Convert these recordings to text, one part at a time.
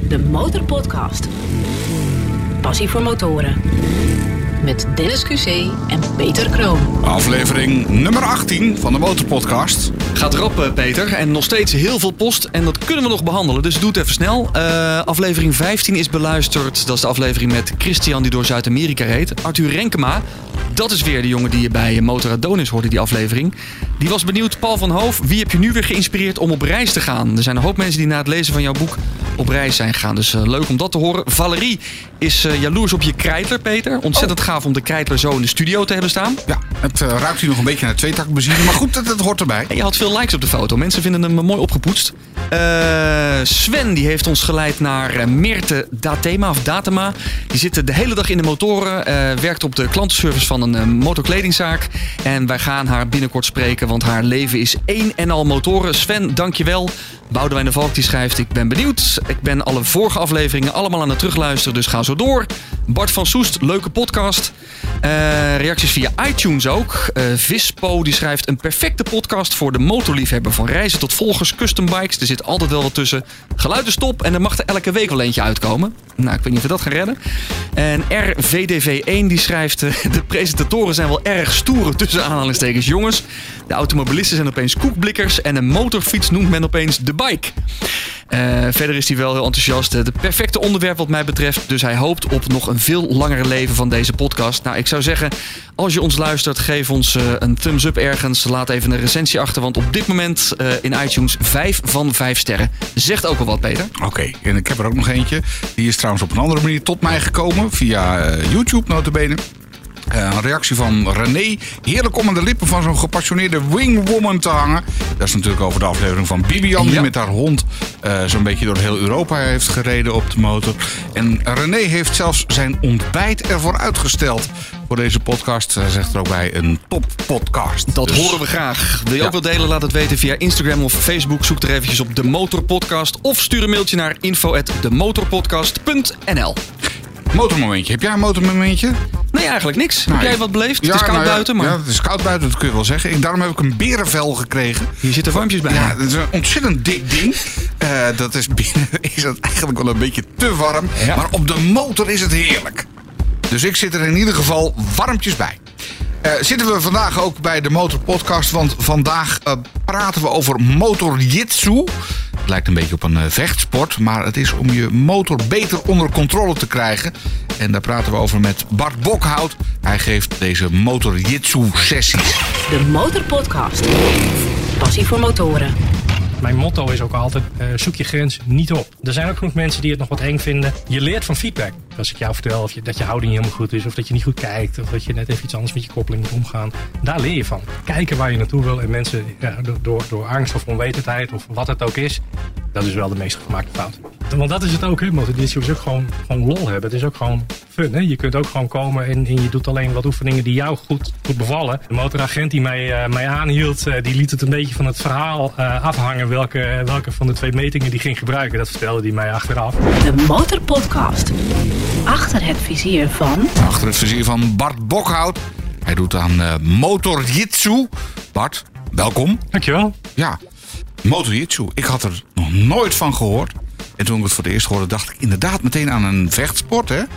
De Motorpodcast. Passie voor motoren. Met Dennis QC en Peter Kroon. Aflevering nummer 18 van de Motorpodcast. Gaat erop, Peter. En nog steeds heel veel post. En dat kunnen we nog behandelen. Dus doe het even snel. Aflevering 15 is beluisterd. Dat is de aflevering met Christian die door Zuid-Amerika reed. Arthur Renkema. Dat is weer de jongen die je bij Motor Adonis hoorde, die aflevering. Die was benieuwd. Paul van Hoof, wie heb je nu weer geïnspireerd om op reis te gaan? Er zijn een hoop mensen die na het lezen van jouw boek op reis zijn gegaan. Dus leuk om dat te horen. Valerie is jaloers op je Kreidler, Peter. Ontzettend gaaf om de Kreidler zo in de studio te hebben staan. Ja, het ruikt hier nog een beetje naar tweetakbenzine. Maar goed, het hoort erbij. En je had veel likes op de foto. Mensen vinden hem mooi opgepoetst. Sven die heeft ons geleid naar Meerte Datema. Die zit de hele dag in de motoren. Werkt op de klantenservice van een motorkledingzaak. En wij gaan haar binnenkort spreken, want haar leven is één en al motoren. Sven, dankjewel. Boudewijn de Valk die schrijft: ik ben benieuwd. Ik ben alle vorige afleveringen allemaal aan het terugluisteren, dus ga zo door. Bart van Soest, leuke podcast. Reacties via iTunes ook. Vispo die schrijft: een perfecte podcast voor de motorliefhebber. Van reizen tot volgers, custom bikes. Er zit altijd wel wat tussen. Geluid is top en er mag er elke week wel eentje uitkomen. Nou, ik weet niet of we dat gaan redden. En RVDV1 die schrijft: de presentatoren zijn wel erg stoere tussen aanhalingstekens jongens. De automobilisten zijn opeens koekblikkers en een motorfiets noemt men opeens de bike. Verder is hij wel heel enthousiast. De perfecte onderwerp wat mij betreft. Dus hij hoopt op nog een veel langer leven van deze podcast. Nou, ik zou zeggen, als je ons luistert, geef ons een thumbs up ergens. Laat even een recensie achter, want op dit moment in iTunes 5 van 5 sterren. Zegt ook al wat, Peter. Oké, en ik heb er ook nog eentje. Die is trouwens op een andere manier tot mij gekomen. Via YouTube notabene. Een reactie van René. Heerlijk om aan de lippen van zo'n gepassioneerde wingwoman te hangen. Dat is natuurlijk over de aflevering van Bibian. Die met haar hond zo'n beetje door heel Europa heeft gereden op de motor. En René heeft zelfs zijn ontbijt ervoor uitgesteld. Voor deze podcast, zegt er ook bij, een toppodcast. Dat horen we graag. Wil je ook wel delen? Laat het weten via Instagram of Facebook. Zoek er eventjes op De Motorpodcast. Of stuur een mailtje naar info@demotorpodcast.nl. Motormomentje. Heb jij een motormomentje? Nee, eigenlijk niks. Heb jij wat beleefd? Het is koud buiten. Maar... Ja, het is koud buiten, dat kun je wel zeggen. Daarom heb ik een berenvel gekregen. Hier zitten warmpjes bij. Ja, dat is een ontzettend dik ding. Dat is binnen is het eigenlijk wel een beetje te warm. Ja. Maar op de motor is het heerlijk. Dus ik zit er in ieder geval warmpjes bij. Zitten we vandaag ook bij de Motorpodcast, want vandaag praten we over motorjitsu. Het lijkt een beetje op een vechtsport, maar het is om je motor beter onder controle te krijgen. En daar praten we over met Bart Bokhout. Hij geeft deze motorjitsu sessies. De Motorpodcast. Passie voor motoren. Mijn motto is ook altijd, zoek je grens niet op. Er zijn ook genoeg mensen die het nog wat eng vinden. Je leert van feedback. Als ik jou vertel dat je houding niet helemaal goed is, of dat je niet goed kijkt, of dat je net even iets anders met je koppeling moet omgaan. Daar leer je van. Kijken waar je naartoe wil en mensen door angst of onwetendheid of wat het ook is, dat is wel de meest gemaakte fout. Want dat is het ook, hè. Motorjitsu is ook gewoon lol hebben. Het is ook gewoon fun, hè. Je kunt ook gewoon komen en je doet alleen wat oefeningen die jou goed bevallen. De motoragent die mij aanhield, die liet het een beetje van het verhaal afhangen welke van de 2 metingen die ging gebruiken. Dat vertelde hij mij achteraf. De Motorpodcast. Achter het vizier van... Achter het vizier van Bart Bokhout. Hij doet aan motorjitsu. Bart, welkom. Dankjewel. Ja, motorjitsu. Ik had er nog nooit van gehoord. En toen ik het voor het eerst hoorde, dacht ik inderdaad meteen aan een vechtsport, hè?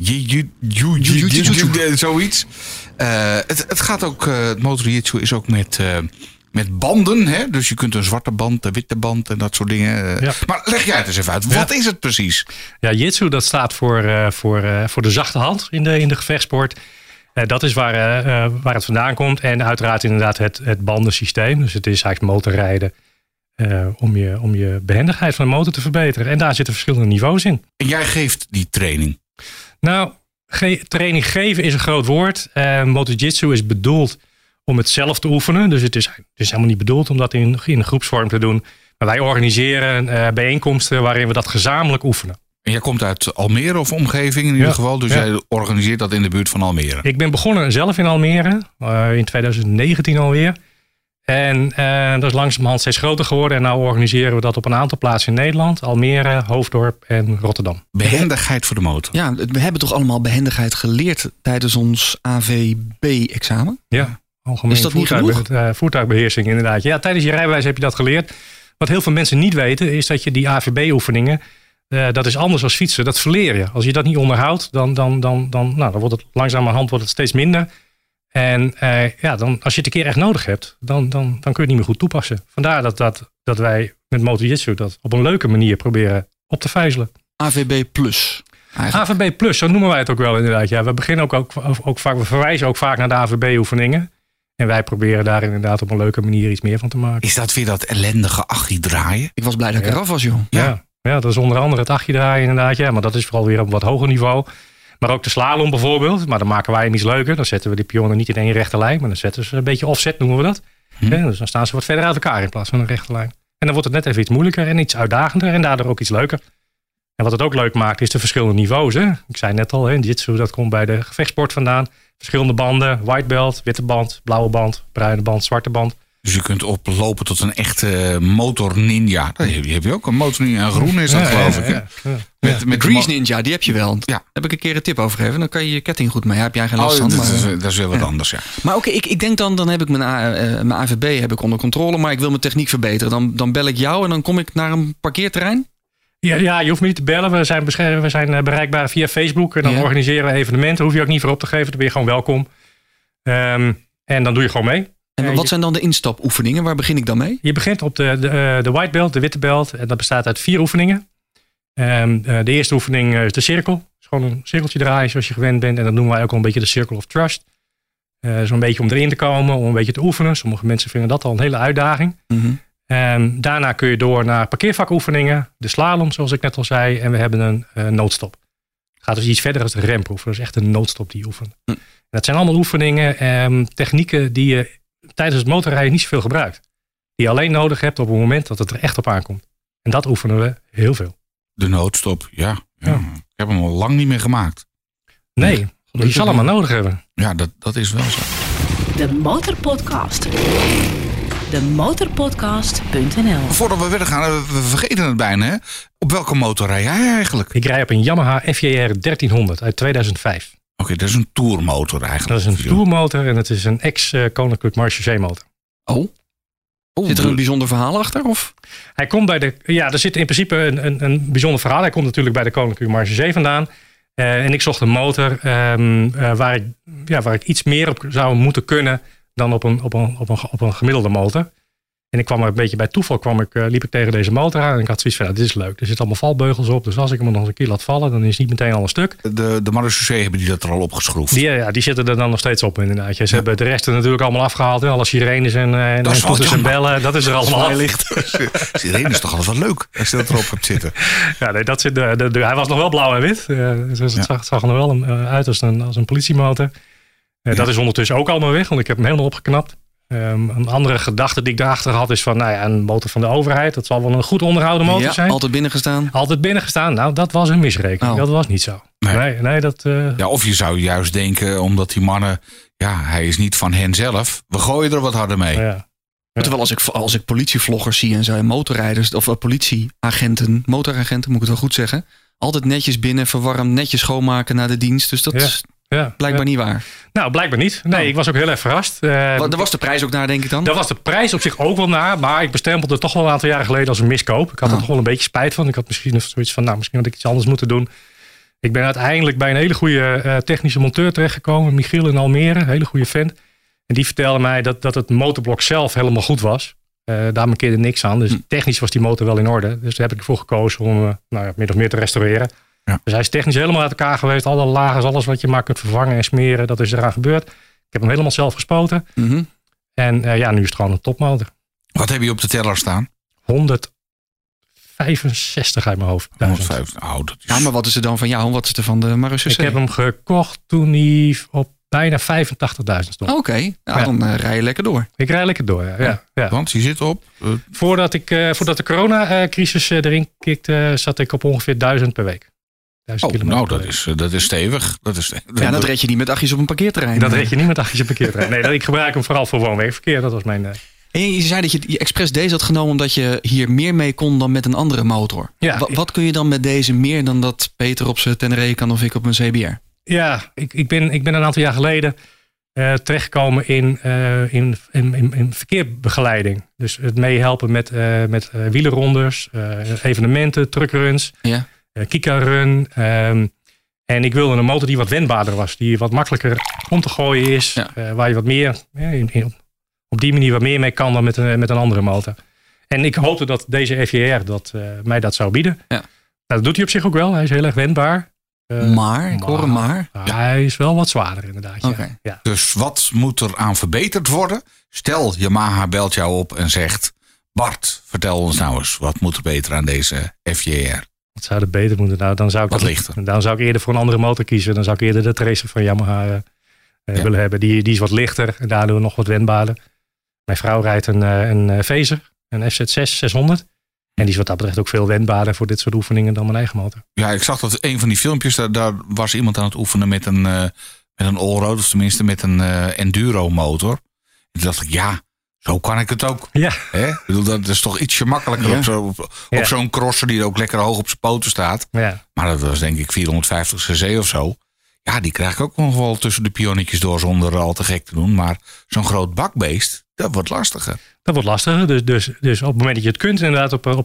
Zoiets. Het gaat ook, het motorjitsu is ook met banden, hè? Dus je kunt een zwarte band, een witte band en dat soort dingen. Ja. Maar leg jij het eens even uit. Wat is het precies? Ja, jitsu dat staat voor de zachte hand in de gevechtsport. Dat is waar het vandaan komt. En uiteraard inderdaad het bandensysteem. Dus het is eigenlijk motorrijden om je behendigheid van de motor te verbeteren. En daar zitten verschillende niveaus in. En jij geeft die training? Nou, training geven is een groot woord. Motorjitsu is bedoeld om het zelf te oefenen. Dus het is helemaal niet bedoeld om dat in een groepsvorm te doen. Maar wij organiseren bijeenkomsten waarin we dat gezamenlijk oefenen. En jij komt uit Almere of omgeving in ieder geval. Dus jij organiseert dat in de buurt van Almere. Ik ben begonnen zelf in Almere. In 2019 alweer. En dat is langzamerhand steeds groter geworden. En nu organiseren we dat op een aantal plaatsen in Nederland. Almere, Hoofddorp en Rotterdam. Behendigheid voor de motor. Ja, we hebben toch allemaal behendigheid geleerd tijdens ons AVB-examen? Ja, algemeen. Is dat niet genoeg? Voertuigbeheersing inderdaad. Ja, tijdens je rijbewijs heb je dat geleerd. Wat heel veel mensen niet weten is dat je die AVB-oefeningen Dat is anders als fietsen. Dat verleer je. Als je dat niet onderhoudt, dan wordt het langzamerhand steeds minder. En dan, als je het een keer echt nodig hebt, dan kun je het niet meer goed toepassen. Vandaar dat wij met Moto Jitsu dat op een leuke manier proberen op te vijzelen. AVB Plus. Eigenlijk. AVB Plus, zo noemen wij het ook wel inderdaad. Ja, we beginnen ook vaak, we verwijzen ook vaak naar de AVB-oefeningen. En wij proberen daar inderdaad op een leuke manier iets meer van te maken. Is dat weer dat ellendige achtje draaien? Ik was blij dat ik eraf was, joh. Ja, dat is onder andere het achtje draaien inderdaad. Ja, maar dat is vooral weer op een wat hoger niveau. Maar ook de slalom bijvoorbeeld. Maar dan maken wij hem iets leuker. Dan zetten we die pionnen niet in één rechte lijn. Maar dan zetten ze een beetje offset, noemen we dat. Dus dan staan ze wat verder uit elkaar in plaats van een rechte lijn. En dan wordt het net even iets moeilijker en iets uitdagender. En daardoor ook iets leuker. En wat het ook leuk maakt, is de verschillende niveaus. Hè? Ik zei net al, Jitsu, dat komt bij de gevechtsport vandaan. Verschillende banden, white belt, witte band, blauwe band, bruine band, zwarte band. Dus je kunt oplopen tot een echte motor ninja. Die heb je ook, een motor ninja. En groen is dat, geloof ik. Ja. Met Grease Ninja, die heb je wel. Daar heb ik een keer een tip over gegeven. Dan kan je je ketting goed mee. Daar heb jij geen last van. Dat is weer wat anders, ja. Maar oké, ik denk dan heb ik mijn AVB heb ik onder controle. Maar ik wil mijn techniek verbeteren. Dan bel ik jou en dan kom ik naar een parkeerterrein. Ja, je hoeft me niet te bellen. We zijn bereikbaar via Facebook. En dan organiseren we evenementen. Hoef je ook niet voor op te geven. Dan ben je gewoon welkom. En dan doe je gewoon mee. En wat zijn dan de instapoefeningen? Waar begin ik dan mee? Je begint op de white belt, de witte belt. En dat bestaat uit 4 oefeningen. De eerste oefening is de cirkel. Het is gewoon een cirkeltje draaien zoals je gewend bent. En dat noemen wij ook al een beetje de circle of trust. Zo'n beetje om erin te komen, om een beetje te oefenen. Sommige mensen vinden dat al een hele uitdaging. Mm-hmm. Daarna kun je door naar parkeervakoefeningen. De slalom, zoals ik net al zei. En we hebben een noodstop. Het gaat dus iets verder als de remproef. Dat is echt een noodstop die je oefent. En dat zijn allemaal oefeningen, technieken die je tijdens het motorrijden niet zoveel gebruikt. Die je alleen nodig hebt op het moment dat het er echt op aankomt. En dat oefenen we heel veel. De noodstop, ja. Ik heb hem al lang niet meer gemaakt. Nee, je zal hem maar nodig hebben. Ja, dat is wel zo. De Motorpodcast. Demotorpodcast.nl. Voordat we verder gaan, we vergeten het bijna. Hè? Op welke motor rij jij eigenlijk? Ik rij op een Yamaha FJR 1300 uit 2005. Oké, dat is een tourmotor eigenlijk. Dat is een tourmotor en het is een ex-Koninklijk Marche motor. Oh. Zit er een bijzonder verhaal achter? Of? Hij komt bij de. Ja, er zit in principe een bijzonder verhaal. Hij komt natuurlijk bij de Koninklijke Marche vandaan. En ik zocht een motor waar ik iets meer op zou moeten kunnen dan op een gemiddelde motor. En ik kwam er een beetje bij toeval, liep ik tegen deze motor aan. En ik had zoiets van, dit is leuk. Er zitten allemaal valbeugels op. Dus als ik hem nog eens een keer laat vallen, dan is het niet meteen al een stuk. De Marechaussee hebben die dat er al opgeschroefd? Die zitten er dan nog steeds op inderdaad. Ze hebben de rest er natuurlijk allemaal afgehaald. Alle sirenes en toeters en bellen. Dat is er allemaal licht. Sirene is toch altijd wel leuk als je dat erop hebt zitten. Ja, nee, dat zit hij was nog wel blauw en wit. Dus het zag er wel uit als een politiemotor. Dat is ondertussen ook allemaal weg, want ik heb hem helemaal opgeknapt. Een andere gedachte die ik daarachter had is van een motor van de overheid. Dat zal wel een goed onderhouden motor zijn. Altijd binnengestaan? Altijd binnengestaan. Nou, dat was een misrekening. Dat was niet zo. Nee, dat... Ja, of je zou juist denken, omdat die mannen... Ja, hij is niet van hen zelf. We gooien er wat harder mee. Ja. Terwijl als ik politievloggers zie en zo, motorrijders of politieagenten, motoragenten moet ik het wel goed zeggen. Altijd netjes binnen, verwarmd, netjes schoonmaken na de dienst. Dus dat is blijkbaar niet waar. Nou, blijkbaar niet. Nee, ik was ook heel erg verrast. Daar was de prijs ook naar, denk ik dan? Daar was de prijs op zich ook wel naar. Maar ik bestempelde toch wel een aantal jaren geleden als een miskoop. Ik had er toch wel een beetje spijt van. Ik had misschien zoiets van, misschien had ik iets anders moeten doen. Ik ben uiteindelijk bij een hele goede technische monteur terechtgekomen. Michiel in Almere, een hele goede vent. En die vertelde mij dat het motorblok zelf helemaal goed was. Daar mankeerde niks aan. Dus technisch was die motor wel in orde. Dus daar heb ik ervoor gekozen om min of meer te restaureren. Ja. Dus hij is technisch helemaal uit elkaar geweest. Alle lagers, alles wat je maar kunt vervangen en smeren. Dat is eraan gebeurd. Ik heb hem helemaal zelf gespoten. Mm-hmm. En nu is het gewoon een topmotor. Wat heb je op de teller staan? 165 uit mijn hoofd. 150. Oh, dat is... Ja, maar wat is er dan van jou? Wat is er van de Marechaussee? Ik heb hem gekocht toen hij op bijna 85.000 stond. Oké, dan rij je lekker door. Ik rij lekker door, ja. Want je zit op... Voordat de coronacrisis erin kikte, zat ik op ongeveer 1000 per week. Dat is stevig. Ja, dat red je niet met achtjes op een parkeerterrein. Dat red je niet met achtjes op een parkeerterrein. Nee, ik gebruik hem vooral voor woon-werkverkeer. Dat was mijn... En je zei dat je expres deze had genomen omdat je hier meer mee kon dan met een andere motor. Ja, wat kun je dan met deze meer dan dat Peter op zijn Tenere kan of ik op mijn CBR? Ja, ik ben een aantal jaar geleden terechtgekomen in verkeerbegeleiding. Dus het meehelpen met wielerrondes, evenementen, truckruns. Ja. Kika Run. En ik wilde een motor die wat wendbaarder was. Die wat makkelijker om te gooien is. Ja. Waar je wat meer op die manier wat meer mee kan dan met een andere motor. En ik hoopte dat deze FJR mij dat zou bieden. Ja. Nou, dat doet hij op zich ook wel. Hij is heel erg wendbaar. Ik hoor een maar. Hij is wel wat zwaarder inderdaad. Okay. Ja. Dus wat moet er aan verbeterd worden? Stel, Yamaha belt jou op en zegt... Bart, vertel ons nou eens, wat moet er beter aan deze FJR? Wat zou er beter moeten? Nou, dan zou ik eerder voor een andere motor kiezen. Dan zou ik eerder de Tracer van Yamaha willen hebben. Die is wat lichter en daardoor nog wat wendbaarder. Mijn vrouw rijdt een Phaser, een FZ6 600. En die is wat dat betreft ook veel wendbaarder voor dit soort oefeningen dan mijn eigen motor. Ja, ik zag dat een van die filmpjes, daar was iemand aan het oefenen met een allroad, of tenminste met een enduro motor. En toen dacht ik, ja, zo kan ik het ook. Ja. Hè? Ik bedoel, dat is toch ietsje makkelijker op zo'n crosser die ook lekker hoog op zijn poten staat. Ja. Maar dat was denk ik 450 cc of zo. Ja, die krijg ik ook nog wel tussen de pionnetjes door zonder al te gek te doen. Maar zo'n groot bakbeest, dat wordt lastiger. Dat wordt lastiger. Dus op het moment dat je het kunt inderdaad op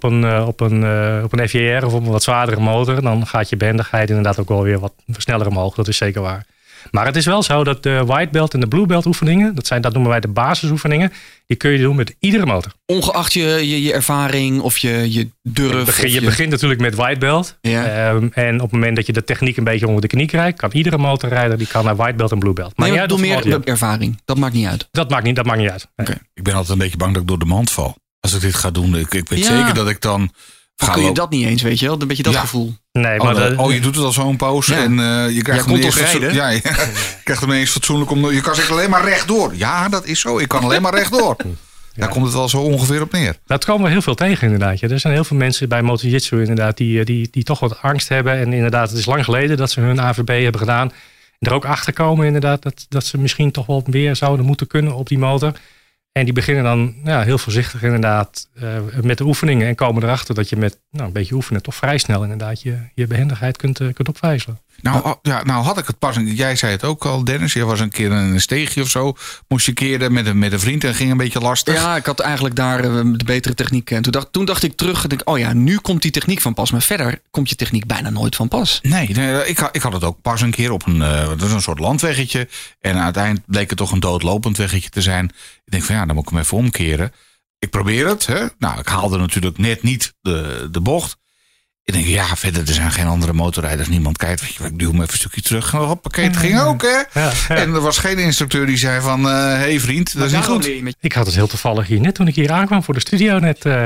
een FJR of op een wat zwaardere motor, dan gaat je behendigheid inderdaad ook wel weer wat sneller omhoog. Dat is zeker waar. Maar het is wel zo dat de white belt en de blue belt oefeningen, dat noemen wij de basisoefeningen, die kun je doen met iedere motor. Ongeacht je ervaring of je durf. Je begint natuurlijk met white belt. Ja. En op het moment dat je de techniek een beetje onder de knie krijgt, kan iedere motorrijder die kan naar white belt en blue belt. Maar ik bedoel meer ervaring. Dat maakt niet uit. Dat maakt niet uit. Nee. Okay. Ik ben altijd een beetje bang dat ik door de mand val. Als ik dit ga doen, ik weet zeker dat ik dan... Kun je dat niet eens, weet je wel? Een beetje dat gevoel. Nee, maar je doet het al zo'n poos en je krijgt hem toch rijden? Ja, je krijgt hem ineens fatsoenlijk om. Je kan zeggen alleen maar rechtdoor. Ja, dat is zo. Ik kan alleen maar rechtdoor. Daar komt het wel zo ongeveer op neer. Dat komen we heel veel tegen inderdaad. Ja. Er zijn heel veel mensen bij Motojitsu inderdaad die toch wat angst hebben. En inderdaad, het is lang geleden dat ze hun AVB hebben gedaan. En er ook achter komen inderdaad dat ze misschien toch wel meer zouden moeten kunnen op die motor. En die beginnen dan heel voorzichtig inderdaad met de oefeningen. En komen erachter dat je met een beetje oefenen toch vrij snel inderdaad je behendigheid kunt opvijzelen. Nou had ik het pas. Jij zei het ook al, Dennis. Je was een keer in een steegje of zo. Moest je keren met een vriend en ging een beetje lastig. Ja, ik had eigenlijk daar de betere techniek. En toen dacht ik terug. Nu komt die techniek van pas. Maar verder komt je techniek bijna nooit van pas. Nee, ik had het ook pas een keer op een soort landweggetje. En uiteindelijk bleek het toch een doodlopend weggetje te zijn. Ik denk van dan moet ik hem even omkeren. Ik probeer het. Hè? Nou, ik haalde natuurlijk net niet de bocht. Ik denk, verder, er zijn geen andere motorrijders. Niemand kijkt. Weet je, ik duw hem even een stukje terug. Hoppakee, het ging ook, hè? Ja. En er was geen instructeur die zei van... hey vriend, dat is niet goed. Ik had het heel toevallig hier. Net toen ik hier aankwam voor de studio.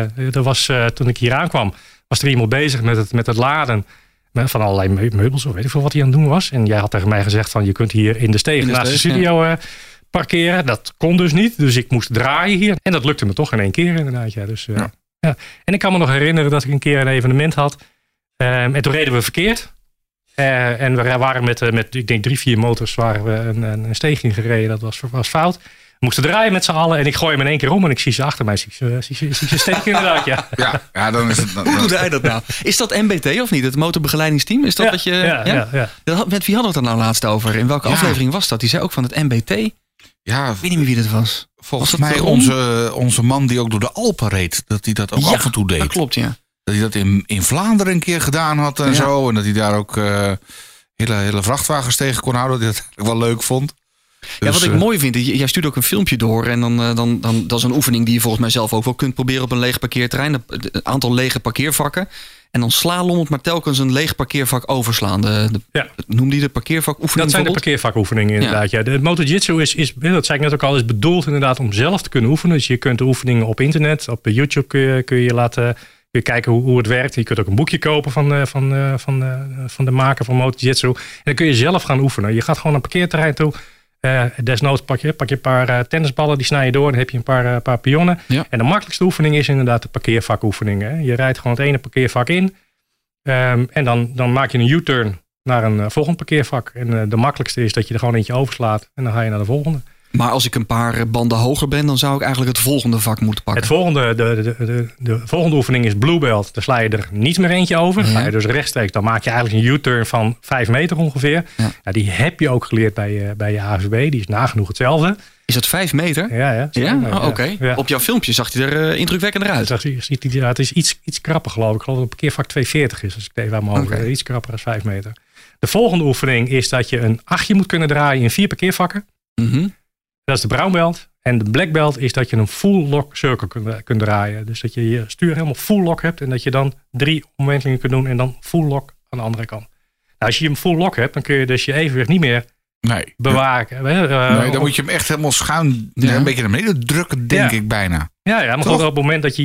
Toen ik hier aankwam, was er iemand bezig met het laden van allerlei meubels. Of weet ik veel wat hij aan het doen was. En jij had tegen mij gezegd van... je kunt hier in de steeg naast de studio... parkeren. Dat kon dus niet. Dus ik moest draaien hier. En dat lukte me toch in 1 keer inderdaad. Ja. Dus, ja. En ik kan me nog herinneren dat ik een keer een evenement had. En toen reden we verkeerd. En we waren met ik denk 3-4 motors waren we een steeg in gereden. Dat was fout. We moesten draaien met z'n allen. En ik gooi hem in 1 keer om. En ik zie ze achter mij. Zie ze steken inderdaad. Ja, dan is het... Hoe doe jij dat nou? Is dat MBT of niet? Het motorbegeleidingsteam? Is dat dat je... Ja. Met wie hadden we het er nou laatst over? In welke aflevering was dat? Die zei ook van het MBT... Ja, ik weet niet meer wie dat was. Volgens mij onze man die ook door de Alpen reed. Dat hij dat ook af en toe deed. Dat klopt, ja. Dat hij dat in Vlaanderen een keer gedaan had en zo. En dat hij daar ook hele vrachtwagens tegen kon houden. Dat hij dat wel leuk vond. Dus, wat ik mooi vind, jij stuurt ook een filmpje door. En dan dat is een oefening die je volgens mij zelf ook wel kunt proberen op een leeg parkeerterrein. Een aantal lege parkeervakken. En dan slalomend maar telkens een leeg parkeervak overslaan. Noem die de parkeervakoefening? Dat zijn de parkeervakoefeningen inderdaad. Ja. De Motojitsu is, dat zei ik net ook al, is bedoeld inderdaad om zelf te kunnen oefenen. Dus je kunt de oefeningen op internet, op YouTube kun je laten kijken hoe het werkt. Je kunt ook een boekje kopen van de maker van Motojitsu. En dan kun je zelf gaan oefenen. Je gaat gewoon een parkeerterrein toe. Desnoods pak je een paar tennisballen, die snij je door. Dan heb je een paar pionnen. Ja. En de makkelijkste oefening is inderdaad de parkeervakoefening. Hè. Je rijdt gewoon het ene parkeervak in. En dan maak je een U-turn naar een volgend parkeervak. En de makkelijkste is dat je er gewoon eentje overslaat. En dan ga je naar de volgende. Maar als ik een paar banden hoger ben, dan zou ik eigenlijk het volgende vak moeten pakken. De volgende oefening is Blue Belt. Daar sla je er niet meer eentje over. Ja. Ga je dus rechtstreeks, dan maak je eigenlijk een U-turn van 5 meter ongeveer. Ja. Ja, die heb je ook geleerd bij je AFB. Die is nagenoeg hetzelfde. Is dat 5 meter? Ja. Ja? Oh, oké. Ja. Op jouw filmpje zag hij er indrukwekkender uit. Het is iets krapper geloof ik. Ik geloof dat het parkeervak 240 is. Als ik het even aan mijn hoofd. Iets krapper dan 5 meter. De volgende oefening is dat je een 8 moet kunnen draaien in 4 parkeervakken. Mm-hmm. Dat is de brown belt. En de black belt is dat je een full lock circle kunt draaien. Dus dat je je stuur helemaal full lock hebt. En dat je dan 3 omwentelingen kunt doen. En dan full lock aan de andere kant. Nou, als je hem full lock hebt, dan kun je dus je evenwicht niet meer bewaken. Nee, dan moet je hem echt helemaal schuin een beetje naar beneden drukken, denk ik bijna. Ja, maar gewoon op het moment dat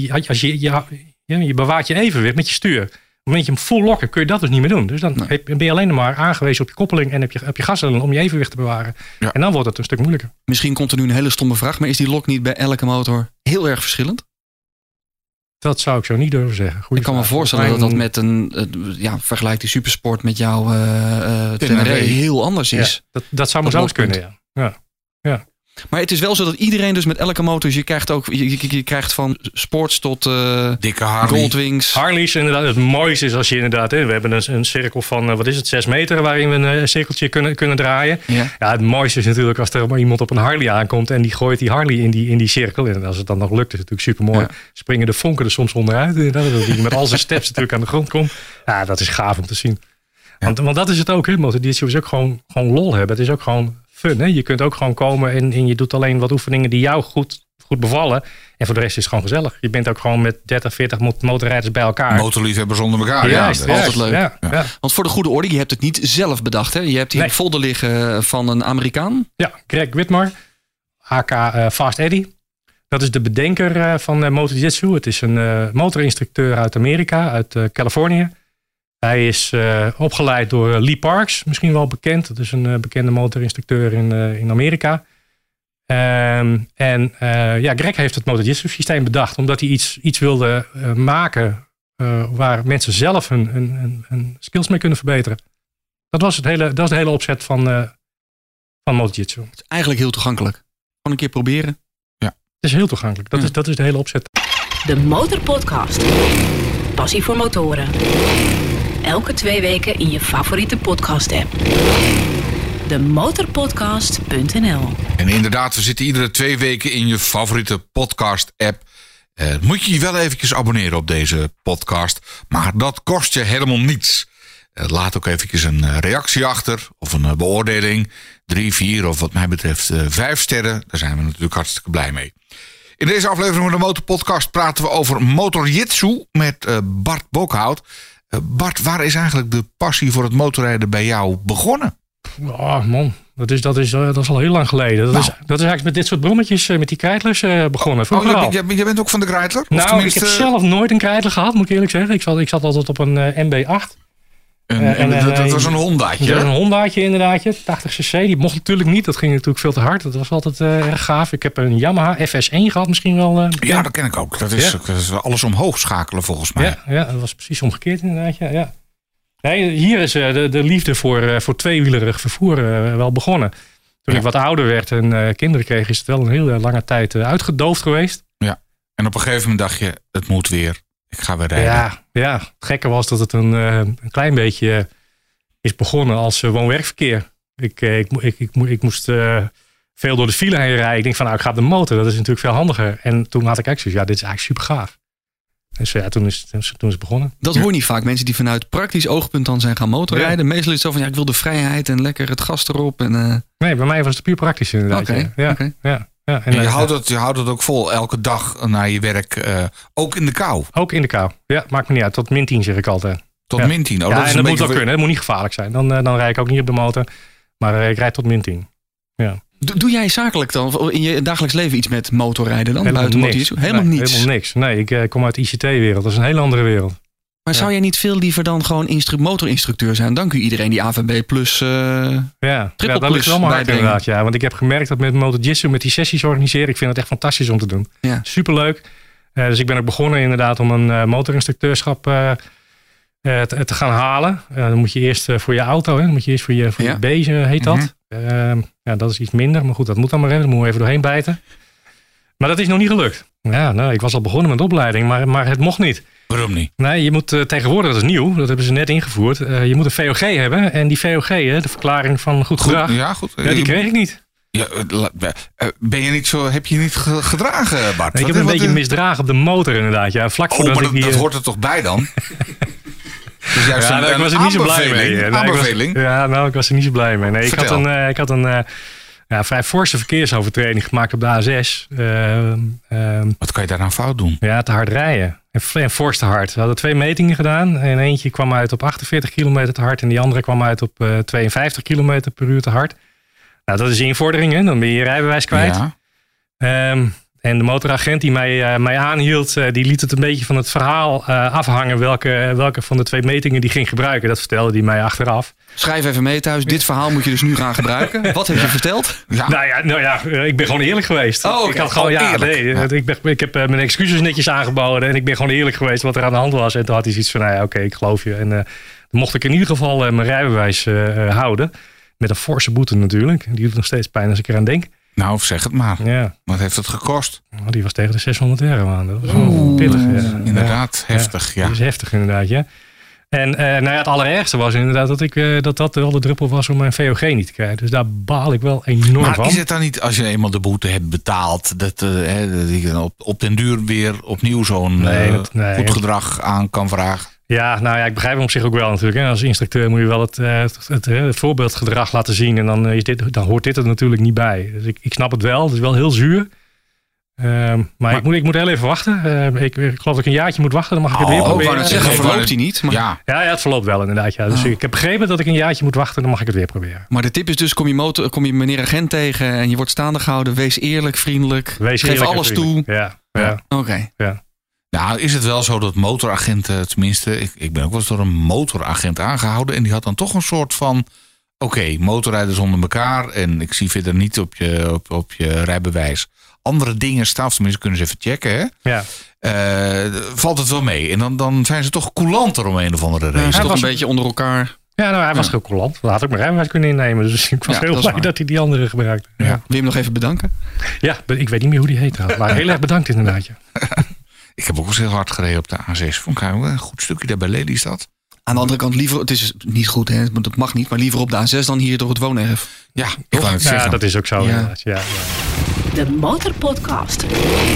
je bewaart je evenwicht met je stuur. Op het moment dat je hem full lock hebt, kun je dat dus niet meer doen. Dus dan ben je alleen maar aangewezen op je koppeling en heb je gasremming om je evenwicht te bewaren. Ja. En dan wordt het een stuk moeilijker. Misschien komt er nu een hele stomme vraag, maar is die lock niet bij elke motor heel erg verschillend? Dat zou ik zo niet durven zeggen. Goeie ik kan me voorstellen dat met vergelijk die Supersport met jouw Tenere heel anders is. Ja, dat zou maar zo eens kunnen, ja. Maar het is wel zo dat iedereen dus met elke motor... Je krijgt ook je krijgt van sports tot dikke Harley. Goldwings. Harleys inderdaad. Het mooiste is als je inderdaad... we hebben een cirkel van 6 meter... waarin we een cirkeltje kunnen draaien. Ja, het mooiste is natuurlijk als er iemand op een Harley aankomt... en die gooit die Harley in die cirkel. En als het dan nog lukt, is het natuurlijk super mooi. Ja. Springen de vonken er soms onderuit. Dat die met al zijn steps natuurlijk aan de grond komt. Ja, dat is gaaf om te zien. Ja. Want dat is het ook. Motorditio is ook gewoon lol hebben. Het is ook gewoon... fun, hè? Je kunt ook gewoon komen en je doet alleen wat oefeningen die jou goed bevallen. En voor de rest is het gewoon gezellig. Je bent ook gewoon met 30, 40 motorrijders bij elkaar. Motorliefhebbers onder elkaar. Altijd leuk. Ja. Want voor de goede orde, je hebt het niet zelf bedacht. Hè? Je hebt hier een folder liggen van een Amerikaan. Ja, Greg Whitmore, AK Fast Eddie. Dat is de bedenker van Motorjitsu. Het is een motorinstructeur uit Amerika, uit Californië. Hij is opgeleid door Lee Parks, misschien wel bekend. Dat is een bekende motorinstructeur in Amerika. Greg heeft het Motorjitsu systeem bedacht. Omdat hij iets wilde maken waar mensen zelf hun skills mee kunnen verbeteren. Dat is de hele opzet van Motorjitsu. Het is eigenlijk heel toegankelijk. Gewoon een keer proberen. Ja. Het is heel toegankelijk. Dat is de hele opzet. De Motorpodcast. Passie voor motoren. Elke 2 weken in je favoriete podcast-app. Demotorpodcast.nl. En inderdaad, we zitten iedere 2 weken in je favoriete podcast-app. Moet je wel eventjes abonneren op deze podcast. Maar dat kost je helemaal niets. Laat ook eventjes een reactie achter. Of een beoordeling. 3, 4 of wat mij betreft 5 sterren. Daar zijn we natuurlijk hartstikke blij mee. In deze aflevering van de Motorpodcast praten we over Motorjitsu met Bart Bokhout. Bart, waar is eigenlijk de passie voor het motorrijden bij jou begonnen? Oh man, dat is al heel lang geleden. Dat is eigenlijk met dit soort brommetjes, met die krijtlers begonnen. Je bent ook van de krijtler? Ik heb zelf nooit een krijtler gehad, moet ik eerlijk zeggen. Ik zat altijd op een MB8. Dat was een Hondaatje. Dat was een Hondaatje inderdaad, 80cc. Die mocht natuurlijk niet, dat ging natuurlijk veel te hard. Dat was altijd erg gaaf. Ik heb een Yamaha FS1 gehad misschien wel. Ja, dat ken ik ook. Dat is alles omhoog schakelen volgens mij. Ja, dat was precies omgekeerd inderdaad. Ja. Nee, hier is de liefde voor tweewielerig vervoer wel begonnen. Toen ik wat ouder werd en kinderen kreeg, is het wel een hele lange tijd uitgedoofd geweest. Ja, en op een gegeven moment dacht je, het moet weer. Ik ga weer rijden. Ja, het gekke was dat het een klein beetje is begonnen als woon-werkverkeer. Ik moest veel door de file heen rijden. Ik denk van, ik ga op de motor. Dat is natuurlijk veel handiger. En toen had ik eigenlijk zoiets, dit is eigenlijk super gaaf. Dus toen is het begonnen. Dat hoor je niet vaak. Mensen die vanuit praktisch oogpunt dan zijn gaan motorrijden. Meestal is het zo van, ik wil de vrijheid en lekker het gas erop. Nee, bij mij was het puur praktisch inderdaad. Oké. Ja, en je houdt het ook vol elke dag naar je werk, ook in de kou? Ook in de kou, ja, maakt me niet uit. Tot -10 zeg ik altijd. Tot -10? Oh, dat moet wel kunnen, het moet niet gevaarlijk zijn. Dan rijd ik ook niet op de motor, maar ik rijd tot -10. Ja. Doe jij zakelijk dan in je dagelijks leven iets met motorrijden dan? Helemaal niks. Helemaal niks. Nee, ik kom uit de ICT-wereld, dat is een hele andere wereld. Maar zou jij niet veel liever dan gewoon motorinstructeur zijn? Dan kun je iedereen die AVB plus triple dat ligt wel maar hard inderdaad. Ja, want ik heb gemerkt dat met Motorjitsu, met die sessies organiseren, ik vind het echt fantastisch om te doen. Ja. Superleuk. Dus ik ben ook begonnen inderdaad om een motorinstructeurschap te gaan halen. Dan moet je eerst voor je auto, dan moet je eerst voor je B, heet dat. Ja, dat is iets minder. Maar goed, dat moet dan maar even. Daar moeten we even doorheen bijten. Maar dat is nog niet gelukt. Ja, nou, ik was al begonnen met de opleiding, maar het mocht niet. Waarom niet? Nee, je moet tegenwoordig, dat is nieuw, dat hebben ze net ingevoerd. Je moet een VOG hebben. En die VOG, de verklaring van goed gedrag, die kreeg ik niet. Ja, ben je niet zo, heb je niet gedragen, Bart? Ik heb een beetje misdragen op de motor inderdaad. Ja, vlak voordat maar dat hoort er toch bij dan? Dus juist ik was er niet zo blij mee. Aanbeveling? Ik was er niet zo blij mee. Nee, ik had een vrij forse verkeersovertreding gemaakt op de A6. Wat kan je daar nou fout doen? Ja, te hard rijden. En fors te hard. We hadden 2 metingen gedaan. En eentje kwam uit op 48 kilometer te hard. En die andere kwam uit op 52 kilometer per uur te hard. Nou, dat is invordering. Hè? Dan ben je je rijbewijs kwijt. Ja. En de motoragent die mij aanhield, die liet het een beetje van het verhaal afhangen welke van de 2 metingen die ging gebruiken. Dat vertelde hij mij achteraf. Schrijf even mee thuis. Dit verhaal moet je dus nu gaan gebruiken. Wat heb je verteld? Ja. Nou ja, ik ben gewoon eerlijk geweest. Oh, ik had gewoon ik heb mijn excuses netjes aangeboden en ik ben gewoon eerlijk geweest wat er aan de hand was. En toen had hij zoiets van, ik geloof je. En dan mocht ik in ieder geval mijn rijbewijs houden. Met een forse boete natuurlijk. Die doet nog steeds pijn als ik eraan denk. Nou, zeg het maar. Ja. Wat heeft het gekost? Die was tegen de 600 euro aan. Dat was gewoon pillig. Ja. Inderdaad, heftig. Ja. Dat is heftig inderdaad, ja. En het allerergste was inderdaad dat wel de druppel was om mijn VOG niet te krijgen. Dus daar baal ik wel enorm van. Maar is het dan niet, als je eenmaal de boete hebt betaald, dat je op den duur weer opnieuw zo'n goed gedrag aan kan vragen? Ja, nou ja, ik begrijp hem op zich ook wel natuurlijk. Hè. Als instructeur moet je wel het voorbeeldgedrag laten zien. En dan hoort dit er natuurlijk niet bij. Dus ik snap het wel. Het is wel heel zuur. Maar ik moet heel even wachten. Ik geloof dat ik een jaartje moet wachten. Dan mag ik het weer proberen. Het verloopt hij niet. Maar... Ja, het verloopt wel inderdaad. Ja. Dus ik heb begrepen dat ik een jaartje moet wachten. Dan mag ik het weer proberen. Maar de tip is dus, kom je meneer agent tegen en je wordt staande gehouden. Wees eerlijk, vriendelijk. Geef alles toe. Ja. Oké. Ja. Nou, is het wel zo dat motoragenten, tenminste, ik ben ook wel eens door een motoragent aangehouden. En die had dan toch een soort van, motorrijders onder elkaar. En ik zie verder niet op je rijbewijs andere dingen staan. Of tenminste, kunnen ze even checken. Hè? Ja. Valt het wel mee. En dan zijn ze toch coulanter om een of andere reden. Hij is toch een beetje onder elkaar. Ja, nou, hij was heel coulant. Dat had ook mijn rijbewijs kunnen innemen. Dus ik was heel blij dat hij die andere gebruikte. Ja. Wil je hem nog even bedanken? Ja, ik weet niet meer hoe die heet. Maar heel erg bedankt inderdaad. Ja. Ik heb ook wel eens heel hard gereden op de A6. Vond ik een goed stukje daar bij Lelystad. Aan de andere kant, liever, het is niet goed, hè, dat mag niet, maar liever op de A6 dan hier door het woonerf. Ja, ik kan het zeggen. Dat is ook zo. Ja. De Motorpodcast.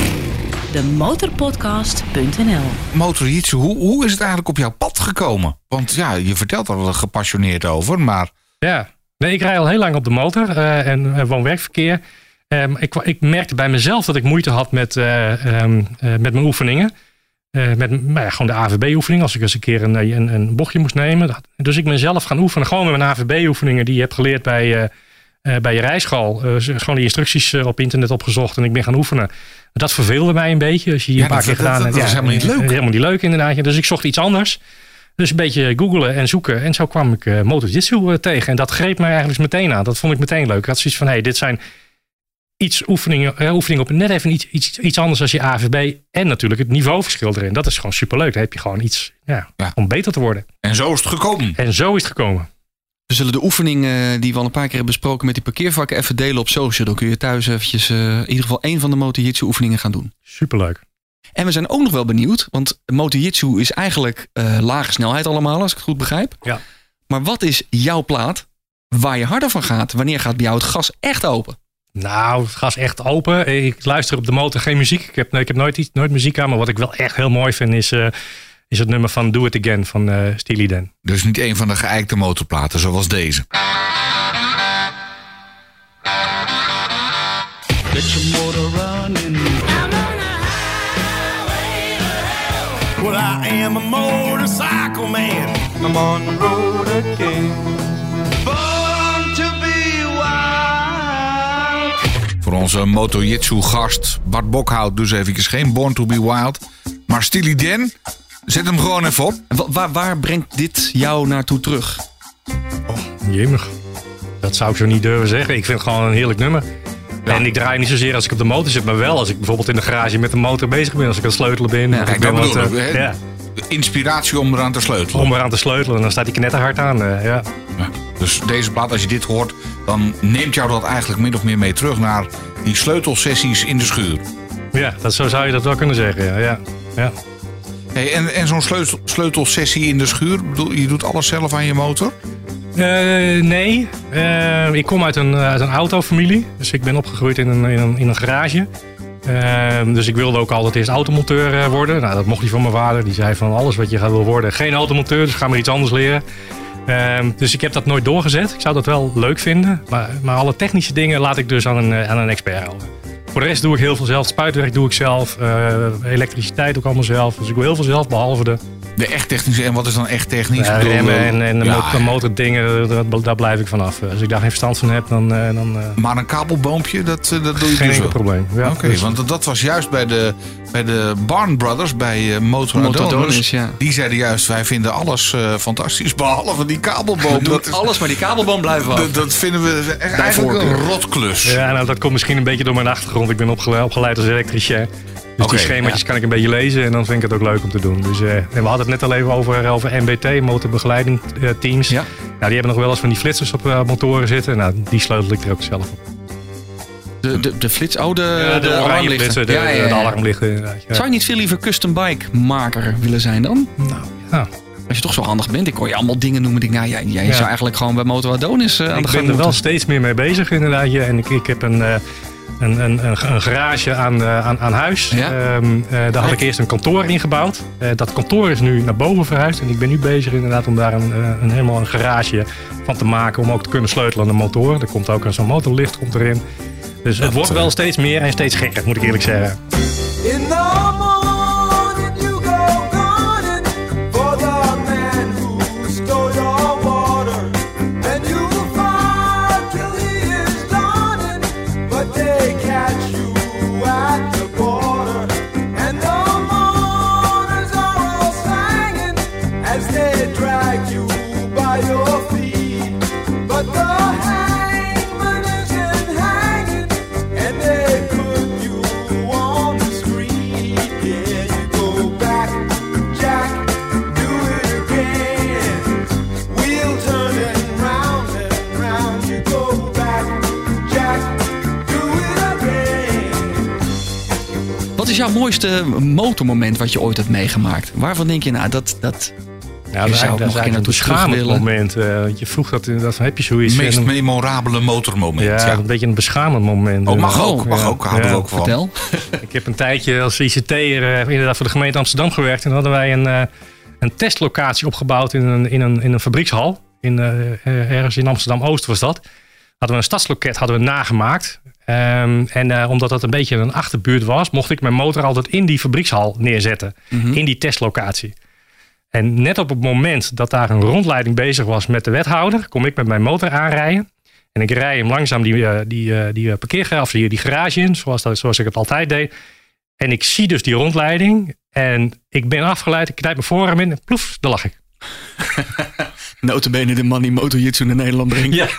Demotorpodcast.nl. Motor Jitsu, hoe is het eigenlijk op jouw pad gekomen? Want ja, je vertelt er wel gepassioneerd over, maar... Ja, nee, ik rij al heel lang op de motor en woon-werkverkeer. Ik merkte bij mezelf dat ik moeite had met mijn oefeningen. Gewoon de AVB-oefening, als ik eens een keer een bochtje moest nemen. Dus ik ben zelf gaan oefenen, gewoon met mijn AVB-oefeningen die je hebt geleerd bij je rijschool. Gewoon die instructies op internet opgezocht en ik ben gaan oefenen. Dat verveelde mij een beetje. Als je hier een paar keer gedaan hebt. Dat is helemaal niet leuk. Helemaal niet leuk inderdaad. Dus ik zocht iets anders. Dus een beetje googlen en zoeken. En zo kwam ik Motor Jitsu tegen. En dat greep mij eigenlijk meteen aan. Dat vond ik meteen leuk. Ik had zoiets van, dit zijn oefeningen op net even iets anders als je AVB. En natuurlijk het niveauverschil erin. Dat is gewoon superleuk. Dan heb je gewoon iets om beter te worden. En zo is het gekomen. We zullen de oefening die we al een paar keer hebben besproken met die parkeervakken even delen op social. Dan kun je thuis eventjes in ieder geval 1 van de Motor Jitsu oefeningen gaan doen. Superleuk. En we zijn ook nog wel benieuwd, want Motor Jitsu is eigenlijk lage snelheid allemaal, als ik het goed begrijp. Ja. Maar wat is jouw plaat waar je harder van gaat? Wanneer gaat bij jou het gas echt open? Nou, het gas echt open. Ik luister op de motor geen muziek. Ik heb nooit muziek aan, maar wat ik wel echt heel mooi vind is het nummer van Do It Again van Steely Dan. Dus niet een van de geëikte motorplaten zoals deze. Get your motor running. I'm on a highway to hell. Well, I am a motorcycle man. I'm on the road again. Born to be wild. Voor onze Motor Jitsu gast Bart Bokhout dus even geen Born to be Wild. Maar Steely Dan, zet hem gewoon even op. Waar brengt dit jou naartoe terug? Oh, jemig. Dat zou ik zo niet durven zeggen. Ik vind het gewoon een heerlijk nummer. Ja. En ik draai niet zozeer als ik op de motor zit, maar wel als ik bijvoorbeeld in de garage met de motor bezig ben. Als ik aan het sleutelen ben. Ja, kijk, dat bedoel ik. Inspiratie om eraan te sleutelen. Om eraan te sleutelen. Dan staat die knetterhard aan. Ja. Dus deze plaat, als je dit hoort, dan neemt jou dat eigenlijk min of meer mee terug naar die sleutelsessies in de schuur. Ja, zo zou je dat wel kunnen zeggen. Ja. Hey, en zo'n sleutelsessie in de schuur, je doet alles zelf aan je motor? Nee, ik kom uit een autofamilie. Dus ik ben opgegroeid in een garage. Dus ik wilde ook altijd eerst automonteur worden. Nou, dat mocht niet van mijn vader. Die zei van alles wat je wil worden, geen automonteur. Dus ga maar iets anders leren. Dus ik heb dat nooit doorgezet. Ik zou dat wel leuk vinden. Maar alle technische dingen laat ik dus aan een expert over. Voor de rest doe ik heel veel zelf. Spuitwerk doe ik zelf. Elektriciteit ook allemaal zelf. Dus ik doe heel veel zelf, behalve de echt technische. En wat is dan echt technisch? Remmen en motordingen, daar blijf ik vanaf. Als ik daar geen verstand van heb, dan... Maar een kabelboompje, dat doe je geen dus enkel probleem. Ja, Oké, want dat was juist bij de Barn Brothers, bij Motor Adonis. Ja. Die zeiden juist, wij vinden alles fantastisch, behalve die kabelboom. Alles, maar die kabelboom blijven af. Dat vinden we eigenlijk een rotklus. Ja, nou, dat komt misschien een beetje door mijn achtergrond. Ik ben opgeleid als elektricien. Dus die schemaatjes kan ik een beetje lezen en dan vind ik het ook leuk om te doen. Dus, en we hadden het net al even over MBT, motorbegeleiding teams. Ja. Nou, die hebben nog wel eens van die flitsers op motoren zitten. Nou, die sleutel ik er ook zelf op. De flits, de alarmlichten. De alarmlichten inderdaad. Ja. Zou je niet veel liever custom bike maker willen zijn dan? Nou, ja. Als je toch zo handig bent, ik hoor je allemaal dingen noemen. Jij zou eigenlijk gewoon bij Motor Adonis aan de gang moeten. Ik ben er wel steeds meer mee bezig inderdaad. Ja. En ik heb een garage aan huis. Ja? Daar had ik eerst een kantoor ingebouwd. Dat kantoor is nu naar boven verhuisd. En ik ben nu bezig inderdaad om daar helemaal een garage van te maken. Om ook te kunnen sleutelen aan de motor. Er komt ook zo'n motorlicht erin. Dus het wordt wel steeds meer en steeds gekker, moet ik eerlijk zeggen. Wat is jouw mooiste motormoment wat je ooit hebt meegemaakt? Waarvan denk je, nou, dat ja, zou nog een beschamend moment. Je vroeg dat heb je zoiets. Het meest memorabele motormoment. Ja, een beetje een beschamend moment. Oh, mag ook. Houden we ook van. Vertel. Ik heb een tijdje als ICT'er inderdaad voor de gemeente Amsterdam gewerkt. En dan hadden wij een testlocatie opgebouwd in een fabriekshal. Ergens in Amsterdam-Oost was dat. Hadden we een stadsloket nagemaakt. Omdat dat een beetje een achterbuurt was, mocht ik mijn motor altijd in die fabriekshal neerzetten. Mm-hmm. In die testlocatie. En net op het moment dat daar een rondleiding bezig was met de wethouder, kom ik met mijn motor aanrijden. En ik rij hem langzaam die parkeergarage, die garage in, zoals ik het altijd deed. En ik zie dus die rondleiding. En ik ben afgeleid, ik knijp mijn voorarm in en ploef, daar lag ik. Notabene de man die motorjitsu naar Nederland brengt. Ja.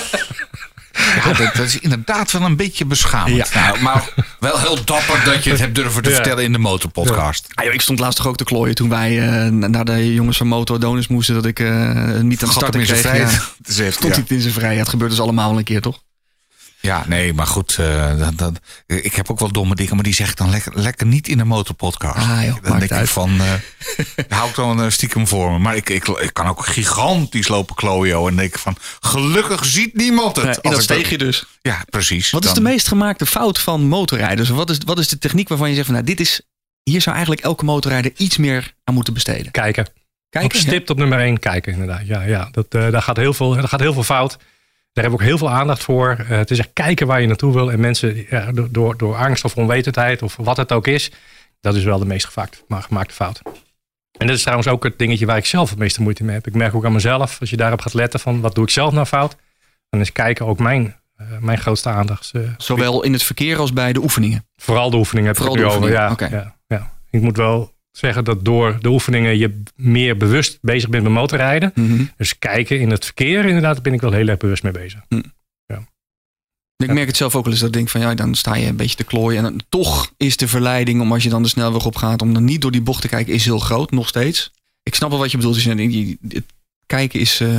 Ja, dat is inderdaad wel een beetje beschamend. Ja. Nou, maar wel heel dapper dat je het hebt durven te vertellen in de motorpodcast. Ja. Ik stond laatst toch ook te klooien toen wij naar de jongens van Motor Adonis moesten. Dat ik niet aan de starten kreeg. Stond niet in zijn vrijheid. Het gebeurt dus allemaal wel een keer, toch? Ja, nee, maar goed. Ik heb ook wel domme dingen, maar die zeg ik dan lekker niet in de motorpodcast. Dan denk ik van, hou ik dan stiekem voor me. Maar ik kan ook gigantisch lopen klooien. En denk van, gelukkig ziet niemand het. En dat steeg je dus. Ja, precies. Wat is de meest gemaakte fout van motorrijders? Wat is de techniek waarvan je zegt van, nou, hier zou eigenlijk elke motorrijder iets meer aan moeten besteden? Kijken op stipt op nummer 1 kijken, inderdaad. Ja. Daar gaat heel veel fout. Daar hebben we ook heel veel aandacht voor. Het is echt kijken waar je naartoe wil. En mensen door angst of onwetendheid of wat het ook is. Dat is wel de meest gemaakte fout. En dat is trouwens ook het dingetje waar ik zelf het meeste moeite mee heb. Ik merk ook aan mezelf. Als je daarop gaat letten van wat doe ik zelf nou fout. Dan is kijken ook mijn grootste aandacht. Zowel in het verkeer als bij de oefeningen? Vooral de oefeningen heb ik het nu over. Ja. Ik moet wel zeggen dat door de oefeningen je meer bewust bezig bent met motorrijden. Mm-hmm. Dus kijken in het verkeer, inderdaad, ben ik wel heel erg bewust mee bezig. Mm. Ja. Ik merk het zelf ook wel eens dat ik denk van dan sta je een beetje te klooien. En dan, toch is de verleiding om als je dan de snelweg op gaat, om dan niet door die bocht te kijken, is heel groot, nog steeds. Ik snap wel wat je bedoelt. Dus het kijken is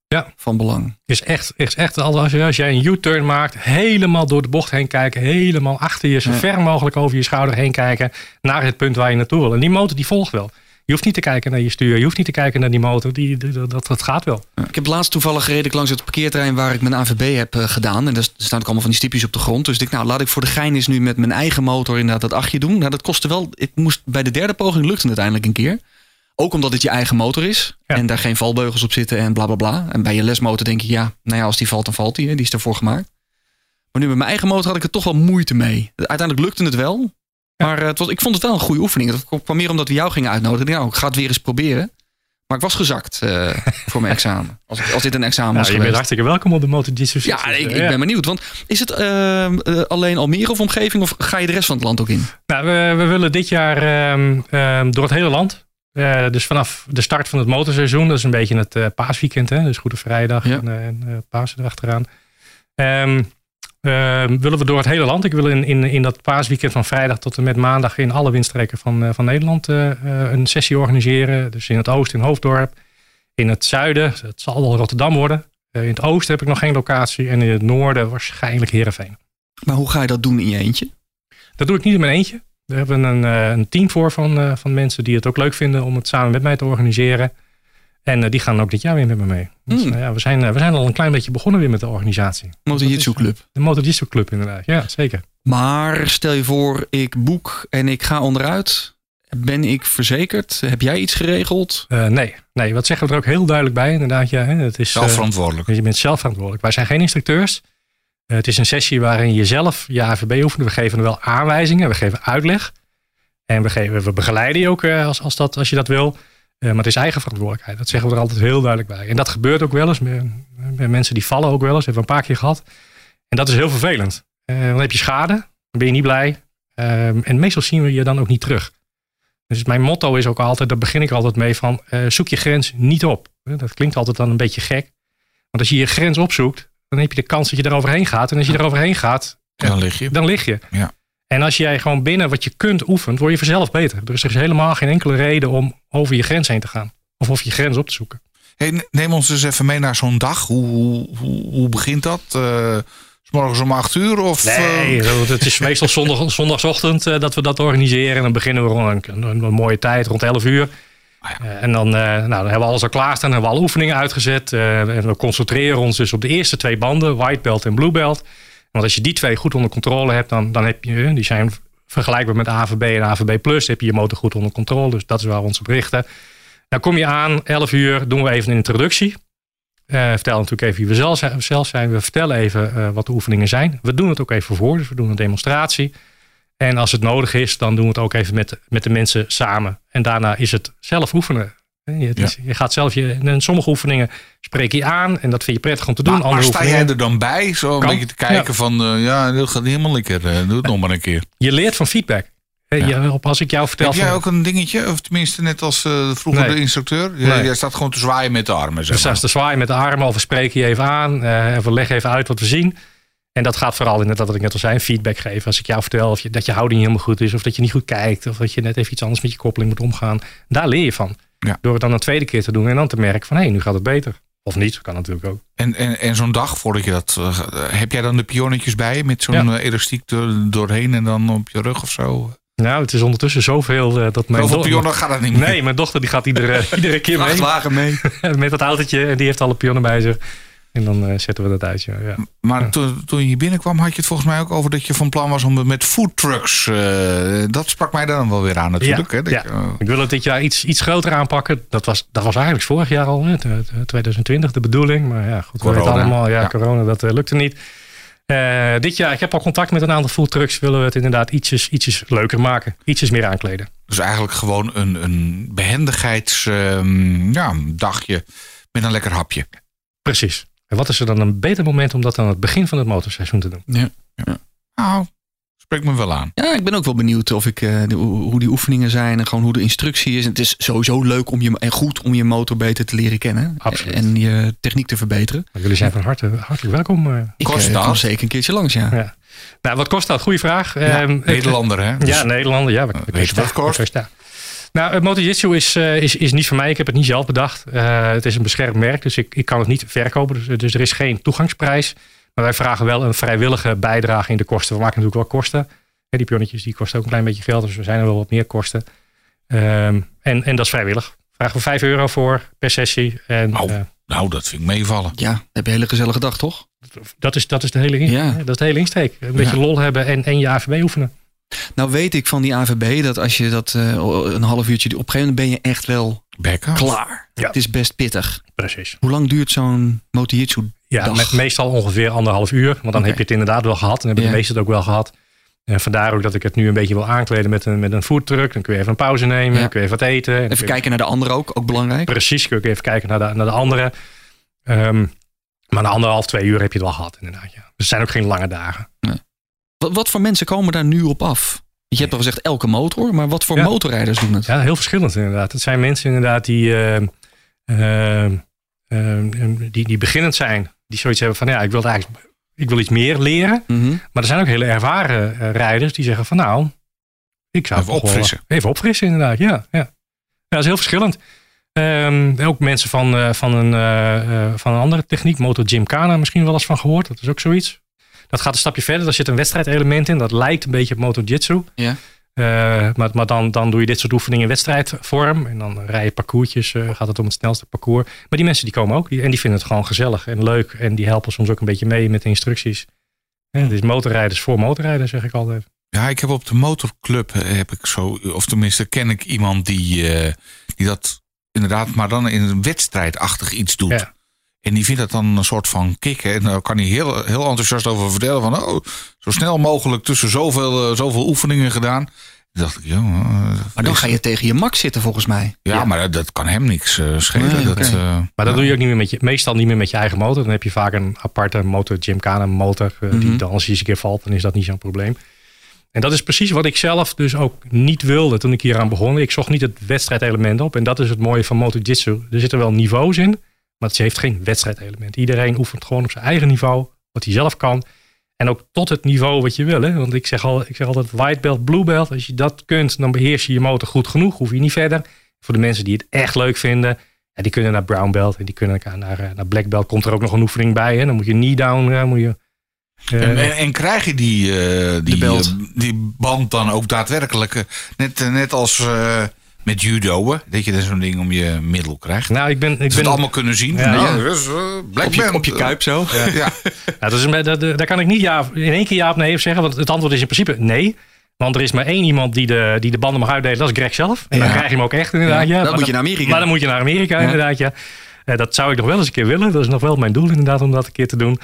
van belang. Is echt als jij een U-turn maakt, helemaal door de bocht heen kijken, helemaal achter je, zo ver mogelijk over je schouder heen kijken, naar het punt waar je naartoe wil. En die motor die volgt wel. Je hoeft niet te kijken naar je stuur, je hoeft niet te kijken naar die motor, dat gaat wel. Ik heb laatst toevallig gereden langs het parkeerterrein waar ik mijn AVB heb gedaan. En daar staan ook allemaal van die stipjes op de grond. Dus ik dacht, laat ik voor de gein eens nu met mijn eigen motor inderdaad dat achtje doen. Nou, dat kostte wel, ik moest bij de derde poging lukte het eindelijk een keer. Ook omdat het je eigen motor is. Ja. En daar geen valbeugels op zitten en bla bla bla. En bij je lesmotor denk ik, als die valt, dan valt die. Die is ervoor gemaakt. Maar nu met mijn eigen motor had ik er toch wel moeite mee. Uiteindelijk lukte het wel. Maar ik vond het wel een goede oefening. Dat kwam meer omdat we jou gingen uitnodigen. Ik ga het weer eens proberen. Maar ik was gezakt voor mijn examen. Als dit een examen was je geweest. bent hartstikke welkom op de MotoGP. Ja, ik ben benieuwd. Want is het alleen Almere of omgeving? Of ga je de rest van het land ook in? Nou, we willen dit jaar door het hele land. Dus vanaf de start van het motorseizoen. Dat is een beetje het paasweekend. Hè? Dus Goede Vrijdag en Pasen erachteraan. Willen we door het hele land. Ik wil in dat paasweekend van vrijdag tot en met maandag in alle windstreken van Nederland een sessie organiseren. Dus in het oosten in Hoofddorp. In het zuiden, het zal wel Rotterdam worden. In het oosten heb ik nog geen locatie. En in het noorden waarschijnlijk Heerenveen. Maar hoe ga je dat doen in je eentje? Dat doe ik niet in mijn eentje. We hebben een team voor van mensen die het ook leuk vinden om het samen met mij te organiseren. En die gaan ook dit jaar weer met me mee. Dus, we zijn al een klein beetje begonnen weer met de organisatie. MotoJitsu Club. De MotoJitsu Club inderdaad, ja zeker. Maar stel je voor, ik boek en ik ga onderuit. Ben ik verzekerd? Heb jij iets geregeld? Nee, wat zeggen we er ook heel duidelijk bij inderdaad. Ja, het is zelfverantwoordelijk. Je bent zelfverantwoordelijk. Wij zijn geen instructeurs. Het is een sessie waarin je zelf je AVB oefent. We geven er wel aanwijzingen, we geven uitleg. En we begeleiden je ook als je dat wil. Maar het is eigen verantwoordelijkheid. Dat zeggen we er altijd heel duidelijk bij. En dat gebeurt ook wel eens. Met mensen die vallen ook wel eens. Dat hebben we een paar keer gehad. En dat is heel vervelend. Dan heb je schade. Dan ben je niet blij. En meestal zien we je dan ook niet terug. Dus mijn motto is ook altijd, daar begin ik altijd mee van, zoek je grens niet op. Dat klinkt altijd dan een beetje gek. Want als je je grens opzoekt, dan heb je de kans dat je eroverheen gaat. En als je eroverheen gaat, dan lig je. Ja. En als jij gewoon binnen wat je kunt oefent, word je vanzelf beter. Dus er is helemaal geen enkele reden om over je grens heen te gaan. Of over je grens op te zoeken. Hey, neem ons dus even mee naar zo'n dag. Hoe begint dat? 's morgens om 8 uur? Of, nee, het is meestal zondagochtend dat we dat organiseren. En dan beginnen we rond een mooie tijd, rond 11 uur. En dan hebben we alles al klaarstaan. Dan hebben we alle oefeningen uitgezet. En we concentreren ons dus op de eerste 2 banden. White belt en blue belt. Want als je die 2 goed onder controle hebt, dan heb je, die zijn vergelijkbaar met AVB en AVB Plus. Heb je je motor goed onder controle. Dus dat is waar we ons op richten. Dan kom je aan, 11 uur, doen we even een introductie. Vertel natuurlijk even wie we zelf zijn. We vertellen even wat de oefeningen zijn. We doen het ook even voor, dus we doen een demonstratie. En als het nodig is, dan doen we het ook even met de mensen samen. En daarna is het zelf oefenen. Je gaat zelf in sommige oefeningen spreek je aan en dat vind je prettig om te doen. Maar sta jij er dan bij? Zo een beetje te kijken van, dat gaat niet helemaal lekker. Doe het nog maar een keer. Je leert van feedback. Als ik jou vertel. Heb jij ook een dingetje? Of tenminste net als vroeger de instructeur? Jij staat gewoon te zwaaien met de armen. Zeg maar. We staan te zwaaien met de armen of we spreken je even aan. En we leggen even uit wat we zien. En dat gaat vooral in wat ik net al zei, feedback geven. Als ik jou vertel dat je houding niet helemaal goed is. Of dat je niet goed kijkt. Of dat je net even iets anders met je koppeling moet omgaan. Daar leer je van. Ja. Door het dan een tweede keer te doen. En dan te merken van nu gaat het beter. Of niet, kan natuurlijk ook. En zo'n dag voordat je dat... heb jij dan de pionnetjes bij? Met zo'n elastiek doorheen en dan op je rug of zo? Nou, het is ondertussen zoveel dat mijn zoveel pionnen gaat het niet meer. Nee, mijn dochter die gaat iedere keer mee. Vrachtwagen mee. Met dat autootje. En die heeft alle pionnen bij zich. En dan zetten we dat uit. Ja. Maar toen je hier binnenkwam, had je het volgens mij ook over dat je van plan was om met foodtrucks. Dat sprak mij dan wel weer aan natuurlijk. Ja, hè? Ik wil het dit jaar iets groter aanpakken. Dat was eigenlijk vorig jaar al, 2020 de bedoeling. Maar ja, goed, we weten allemaal, corona, dat lukte niet. Dit jaar, ik heb al contact met een aantal foodtrucks. Willen we het inderdaad ietsjes leuker maken. Ietsjes meer aankleden. Dus eigenlijk gewoon een behendigheidsdagje met een lekker hapje. Precies. En wat is er dan een beter moment om dat aan het begin van het motorseizoen te doen? Ja. Nou, spreekt me wel aan. Ja, ik ben ook wel benieuwd of hoe die oefeningen zijn en gewoon hoe de instructie is. En het is sowieso leuk en goed om je motor beter te leren kennen. Absoluut. En je techniek te verbeteren. Maar jullie zijn van hartelijk welkom. Ik kom zeker een keertje langs, ja. Nou, wat kost dat? Goeie vraag. Nederlander, hè? Dus, Nederlander. Ja, weet je wat het kost? Nou, Motojitsu is niet van mij. Ik heb het niet zelf bedacht. Het is een beschermd merk, dus ik kan het niet verkopen. Dus er is geen toegangsprijs. Maar wij vragen wel een vrijwillige bijdrage in de kosten. We maken natuurlijk wel kosten. Die pionnetjes die kosten ook een klein beetje geld. Dus er zijn er wel wat meer kosten. En dat is vrijwillig. Vragen we €5 voor per sessie. En, nou, dat vind ik meevallen. Ja, heb je een hele gezellige dag, toch? Dat is de hele insteek. Een beetje lol hebben en je AVB oefenen. Nou weet ik van die AVB dat als je dat een half uurtje... op een gegeven moment ben je echt wel klaar. Ja. Het is best pittig. Precies. Hoe lang duurt zo'n Motojitsu dag? Meestal ongeveer 1,5 uur. Want dan heb je het inderdaad wel gehad. En hebben de meesten het ook wel gehad. En vandaar ook dat ik het nu een beetje wil aankleden met een foodtruck. Dan kun je even een pauze nemen. Dan kun je even wat eten. Even kijken naar de anderen ook belangrijk. Precies, kun je even kijken naar de anderen. Maar na 1,5-2 uur heb je het wel gehad inderdaad. Ja. Dus het zijn ook geen lange dagen. Nee. Wat voor mensen komen daar nu op af? Je hebt al gezegd elke motor, maar wat voor motorrijders doen het? Ja, heel verschillend inderdaad. Het zijn mensen inderdaad die beginnend zijn. Die zoiets hebben van ik wil iets meer leren. Mm-hmm. Maar er zijn ook hele ervaren rijders die zeggen van nou, ik zou even opfrissen inderdaad. Ja, dat is heel verschillend. Ook mensen van een andere techniek, Moto Gymkhana, misschien wel eens van gehoord. Dat is ook zoiets. Dat gaat een stapje verder. Daar zit een wedstrijdelement in. Dat lijkt een beetje op Motojitsu. Ja. Maar dan doe je dit soort oefeningen in wedstrijdvorm. En dan rij je parcoursjes. Gaat het om het snelste parcours. Maar die mensen die komen ook. En die vinden het gewoon gezellig en leuk. En die helpen soms ook een beetje mee met de instructies. Het is motorrijders voor motorrijders, zeg ik altijd. Ja, ik heb op de motorclub of tenminste ken ik iemand die dat inderdaad, maar dan in een wedstrijdachtig iets doet. Ja. En die vindt dat dan een soort van kick. En daar kan hij heel, heel enthousiast over vertellen. Van zo snel mogelijk tussen zoveel oefeningen gedaan. Toen dacht ik, maar dan ga je tegen je max zitten volgens mij. Ja, maar dat kan hem niks schelen. Nee, maar dat doe je ook niet meer meestal niet meer met je eigen motor. Dan heb je vaak een aparte Moto Gymkhana motor. Die dan als je eens een keer valt, dan is dat niet zo'n probleem. En dat is precies wat ik zelf dus ook niet wilde toen ik hier aan begon. Ik zocht niet het wedstrijdelement op. En dat is het mooie van Motojitsu. Er zitten wel niveaus in. Maar ze heeft geen wedstrijdelement. Iedereen oefent gewoon op zijn eigen niveau. Wat hij zelf kan. En ook tot het niveau wat je wil. Hè? Want ik zeg altijd white belt, blue belt. Als je dat kunt, dan beheers je je motor goed genoeg. Hoef je niet verder. Voor de mensen die het echt leuk vinden. Ja, die kunnen naar brown belt. En die kunnen naar black belt. Komt er ook nog een oefening bij. Hè? Dan moet je knee down. En krijg je die band dan ook daadwerkelijk. Net als... met judo, dat je dan zo'n ding om je middel krijgt. Nou, ik ben het allemaal kunnen zien. Op je kuip zo. Ja. Daar kan ik niet in één keer ja of nee op zeggen. Want het antwoord is in principe nee. Want er is maar één iemand die de banden mag uitdelen. Dat is Greg zelf. En dan krijg je hem ook echt inderdaad. Ja. Dan moet je naar Amerika. Maar dan moet je naar Amerika inderdaad. Ja. Dat zou ik nog wel eens een keer willen. Dat is nog wel mijn doel inderdaad om dat een keer te doen.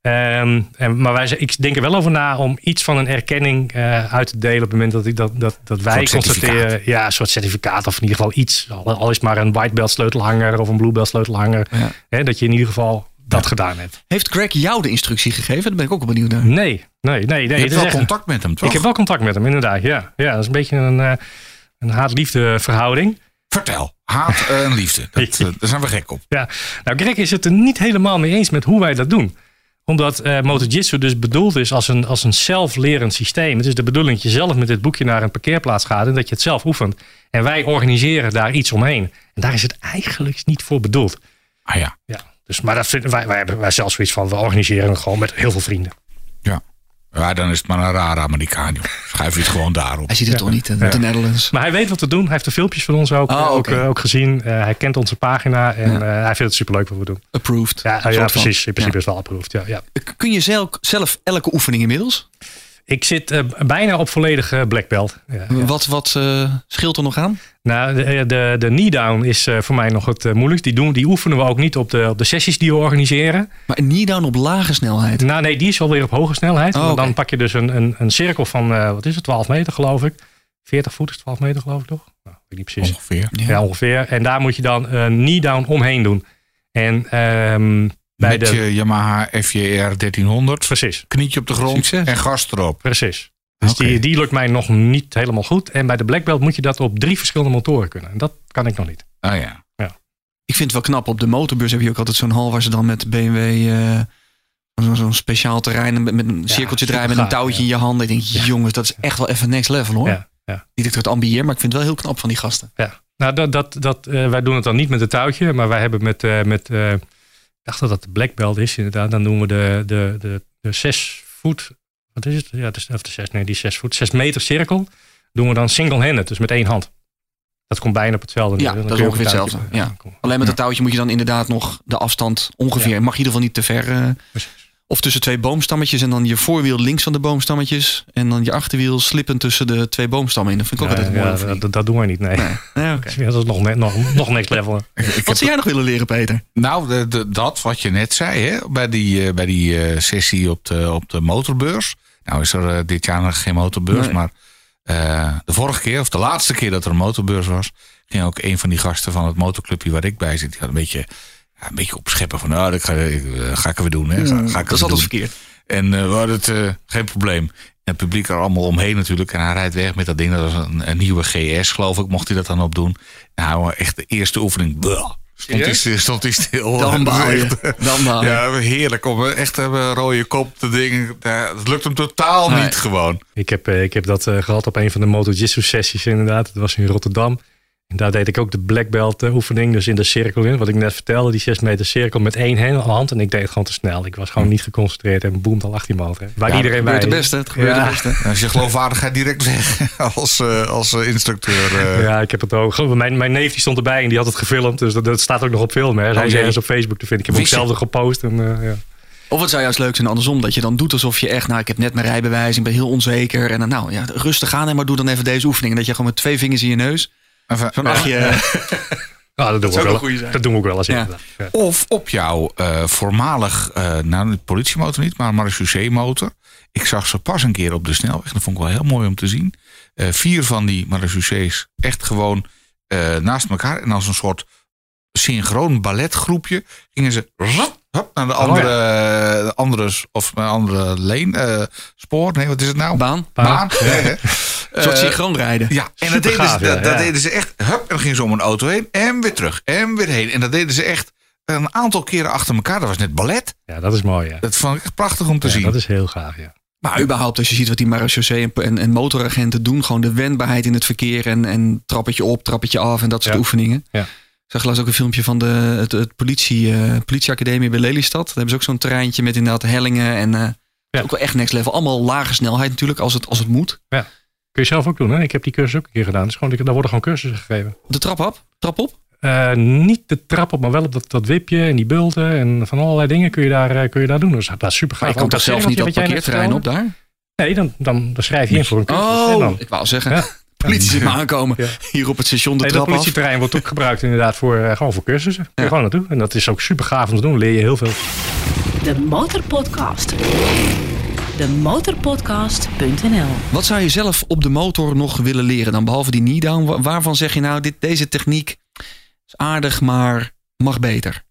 Maar ik denk er wel over na om iets van een erkenning uit te delen op het moment dat wij constateren. Ja, een soort certificaat of in ieder geval iets. Al is maar een white belt sleutelhanger of een blue belt sleutelhanger. Ja. Hè, dat je in ieder geval dat gedaan hebt. Heeft Greg jou de instructie gegeven? Daar ben ik ook wel benieuwd naar. Nee. Je hebt wel contact met hem, toch? Ik heb wel contact met hem, inderdaad. Ja, dat is een beetje een haat-liefde verhouding. Vertel. Haat en liefde. Daar zijn we gek op. Ja. Nou, Greg is het er niet helemaal mee eens met hoe wij dat doen. Omdat Motojitsu dus bedoeld is als een zelflerend systeem. Het is de bedoeling dat je zelf met dit boekje naar een parkeerplaats gaat en dat je het zelf oefent. En wij organiseren daar iets omheen. En daar is het eigenlijk niet voor bedoeld. Ah ja. Dus, maar dat vinden wij hebben zelfs zoiets van, we organiseren het gewoon met heel veel vrienden. Ja, dan is het maar een rare Amerikaan. Schuif je het gewoon daarop. Hij ziet het toch niet, de Netherlands. Maar hij weet wat te doen. Hij heeft de filmpjes van ons ook gezien. Hij kent onze pagina en hij vindt het superleuk wat we doen. Approved. Ja, precies. In principe is het wel approved. Ja. Kun je zelf elke oefening inmiddels? Ik zit bijna op volledige black belt. Ja. Wat scheelt er nog aan? Nou, de knee down is voor mij nog het moeilijkst. Die oefenen we ook niet op de sessies die we organiseren. Maar een knee down op lage snelheid? Nou nee, die is alweer op hoge snelheid. Dan pak je dus een cirkel van, 12 meter geloof ik. 40 voet is 12 meter geloof ik toch? Nou, weet niet precies. Ongeveer. Ja, ongeveer. En daar moet je dan een knee down omheen doen. En... Met je Yamaha FJR 1300. Precies. Knietje op de grond. Succes. En gas erop. Precies. Dus die lukt mij nog niet helemaal goed. En bij de Black Belt moet je dat op 3 verschillende motoren kunnen. En dat kan ik nog niet. Ah ja. Ik vind het wel knap. Op de motorbeurs heb je ook altijd zo'n hal waar ze dan met BMW... zo'n speciaal terrein met een cirkeltje draaien met een touwtje in je handen. Ik denk, jongens, dat is echt wel even next level hoor. Niet dat ik het ambieer, maar ik vind het wel heel knap van die gasten. Ja. Nou, wij doen het dan niet met het touwtje, maar wij hebben met ik dacht dat de black belt is inderdaad. Dan doen we de 6 voet, wat is het? Ja, die 6 meter cirkel doen we dan single-handed, dus met 1 hand. Dat komt bijna op hetzelfde. Ja, dat is ongeveer hetzelfde. Ja. Alleen met het touwtje moet je dan inderdaad nog de afstand ongeveer, mag in ieder geval niet te ver. Of tussen 2 boomstammetjes en dan je voorwiel links van de boomstammetjes. En dan je achterwiel slippen tussen de 2 boomstammen in. Dat vind ik ook altijd mooi. Dat doen wij niet, nee. Okay. Dat is nog next level. Wat zou jij nog willen leren, Peter? Nou, dat wat je net zei, hè, bij die sessie op de motorbeurs. Nou is er dit jaar nog geen motorbeurs, maar de vorige keer, of de laatste keer dat er een motorbeurs was, ging ook een van die gasten van het motorclubje waar ik bij zit. Die had een beetje opscheppen van, dat ga ik weer doen. Hè. Dat is altijd verkeerd. En we hadden het geen probleem. En het publiek er allemaal omheen natuurlijk. En hij rijdt weg met dat ding. Dat was een nieuwe GS, geloof ik. Mocht hij dat dan opdoen. Nou, echt de eerste oefening. Stond hij stil. Dan baal je. Ja, heerlijk. Om echt een rode kop te dingen. Dat lukt hem totaal niet gewoon. Ik heb dat gehad op een van de Moto-Jitsu sessies inderdaad. Dat was in Rotterdam. En daar deed ik ook de black belt oefening. Dus in de cirkel in. Wat ik net vertelde. Die 6 meter cirkel met 1 hand. En ik deed het gewoon te snel. Ik was gewoon niet geconcentreerd. En boem, dan lag die motor. Waar iedereen bij. Het gebeurt het beste. Als je geloofwaardigheid direct weg. Als instructeur. Ja, ik heb het ook. Mijn neef die stond erbij. En die had het gefilmd. Dus dat staat ook nog op film. Hij is ergens op Facebook te vinden. Ik heb hem zelf gepost. En, Of het zou juist leuk zijn andersom. Dat je dan doet alsof je echt, ik heb net mijn rijbewijs. Ik ben heel onzeker. En dan, rustig aan. Maar doe dan even deze oefening. En dat je gewoon met 2 vingers in je neus. Zo'n achtje. Dat doen we ook wel eens. Ja. Of op jouw voormalig, de politiemotor niet, maar marechaussee-motor. Ik zag ze pas een keer op de snelweg. Dat vond ik wel heel mooi om te zien. 4 van die marechaussees echt gewoon naast elkaar. En als een soort synchroon balletgroepje gingen ze naar de andere lane. Spoor. Nee, wat is het nou? Baan. Een soort synchroon rijden. Ja, en dat deden ze echt. En dan gingen ze om een auto heen en weer terug en weer heen. En dat deden ze echt een aantal keren achter elkaar. Dat was net ballet. Ja, dat is mooi. Ja. Dat vond ik echt prachtig om te zien. Dat is heel gaaf, ja. Maar überhaupt, als je ziet wat die marechaussee en motoragenten doen. Gewoon de wendbaarheid in het verkeer. En trappetje op, trappetje af en dat soort oefeningen. Ja. Ik zag laatst ook een filmpje van het politieacademie bij Lelystad. Daar hebben ze ook zo'n terreintje met inderdaad hellingen. En ook wel echt next level. Allemaal lage snelheid natuurlijk, als het moet. Ja. Kun je zelf ook doen, hè? Ik heb die cursus ook een keer gedaan. Dus daar worden gewoon cursussen gegeven. De trap op? Niet de trap op, maar wel op dat wipje en die bulten. En van allerlei dingen kun je daar doen. Dus dat is super gaaf. Ik kom toch zelf niet op het parkeerterrein op daar? Nee, dan schrijf je in voor een cursus. Ik wou zeggen... Politie zit me aankomen. Ja. Hier op het station de trap af. Het politieterrein wordt ook gebruikt inderdaad gewoon voor cursussen. Kun je gewoon naartoe. En dat is ook super gaaf om te doen. Leer je heel veel. De Motorpodcast. Demotorpodcast.nl. Wat zou je zelf op de motor nog willen leren dan? Behalve die knee-down. Waarvan zeg je deze techniek is aardig, maar mag beter?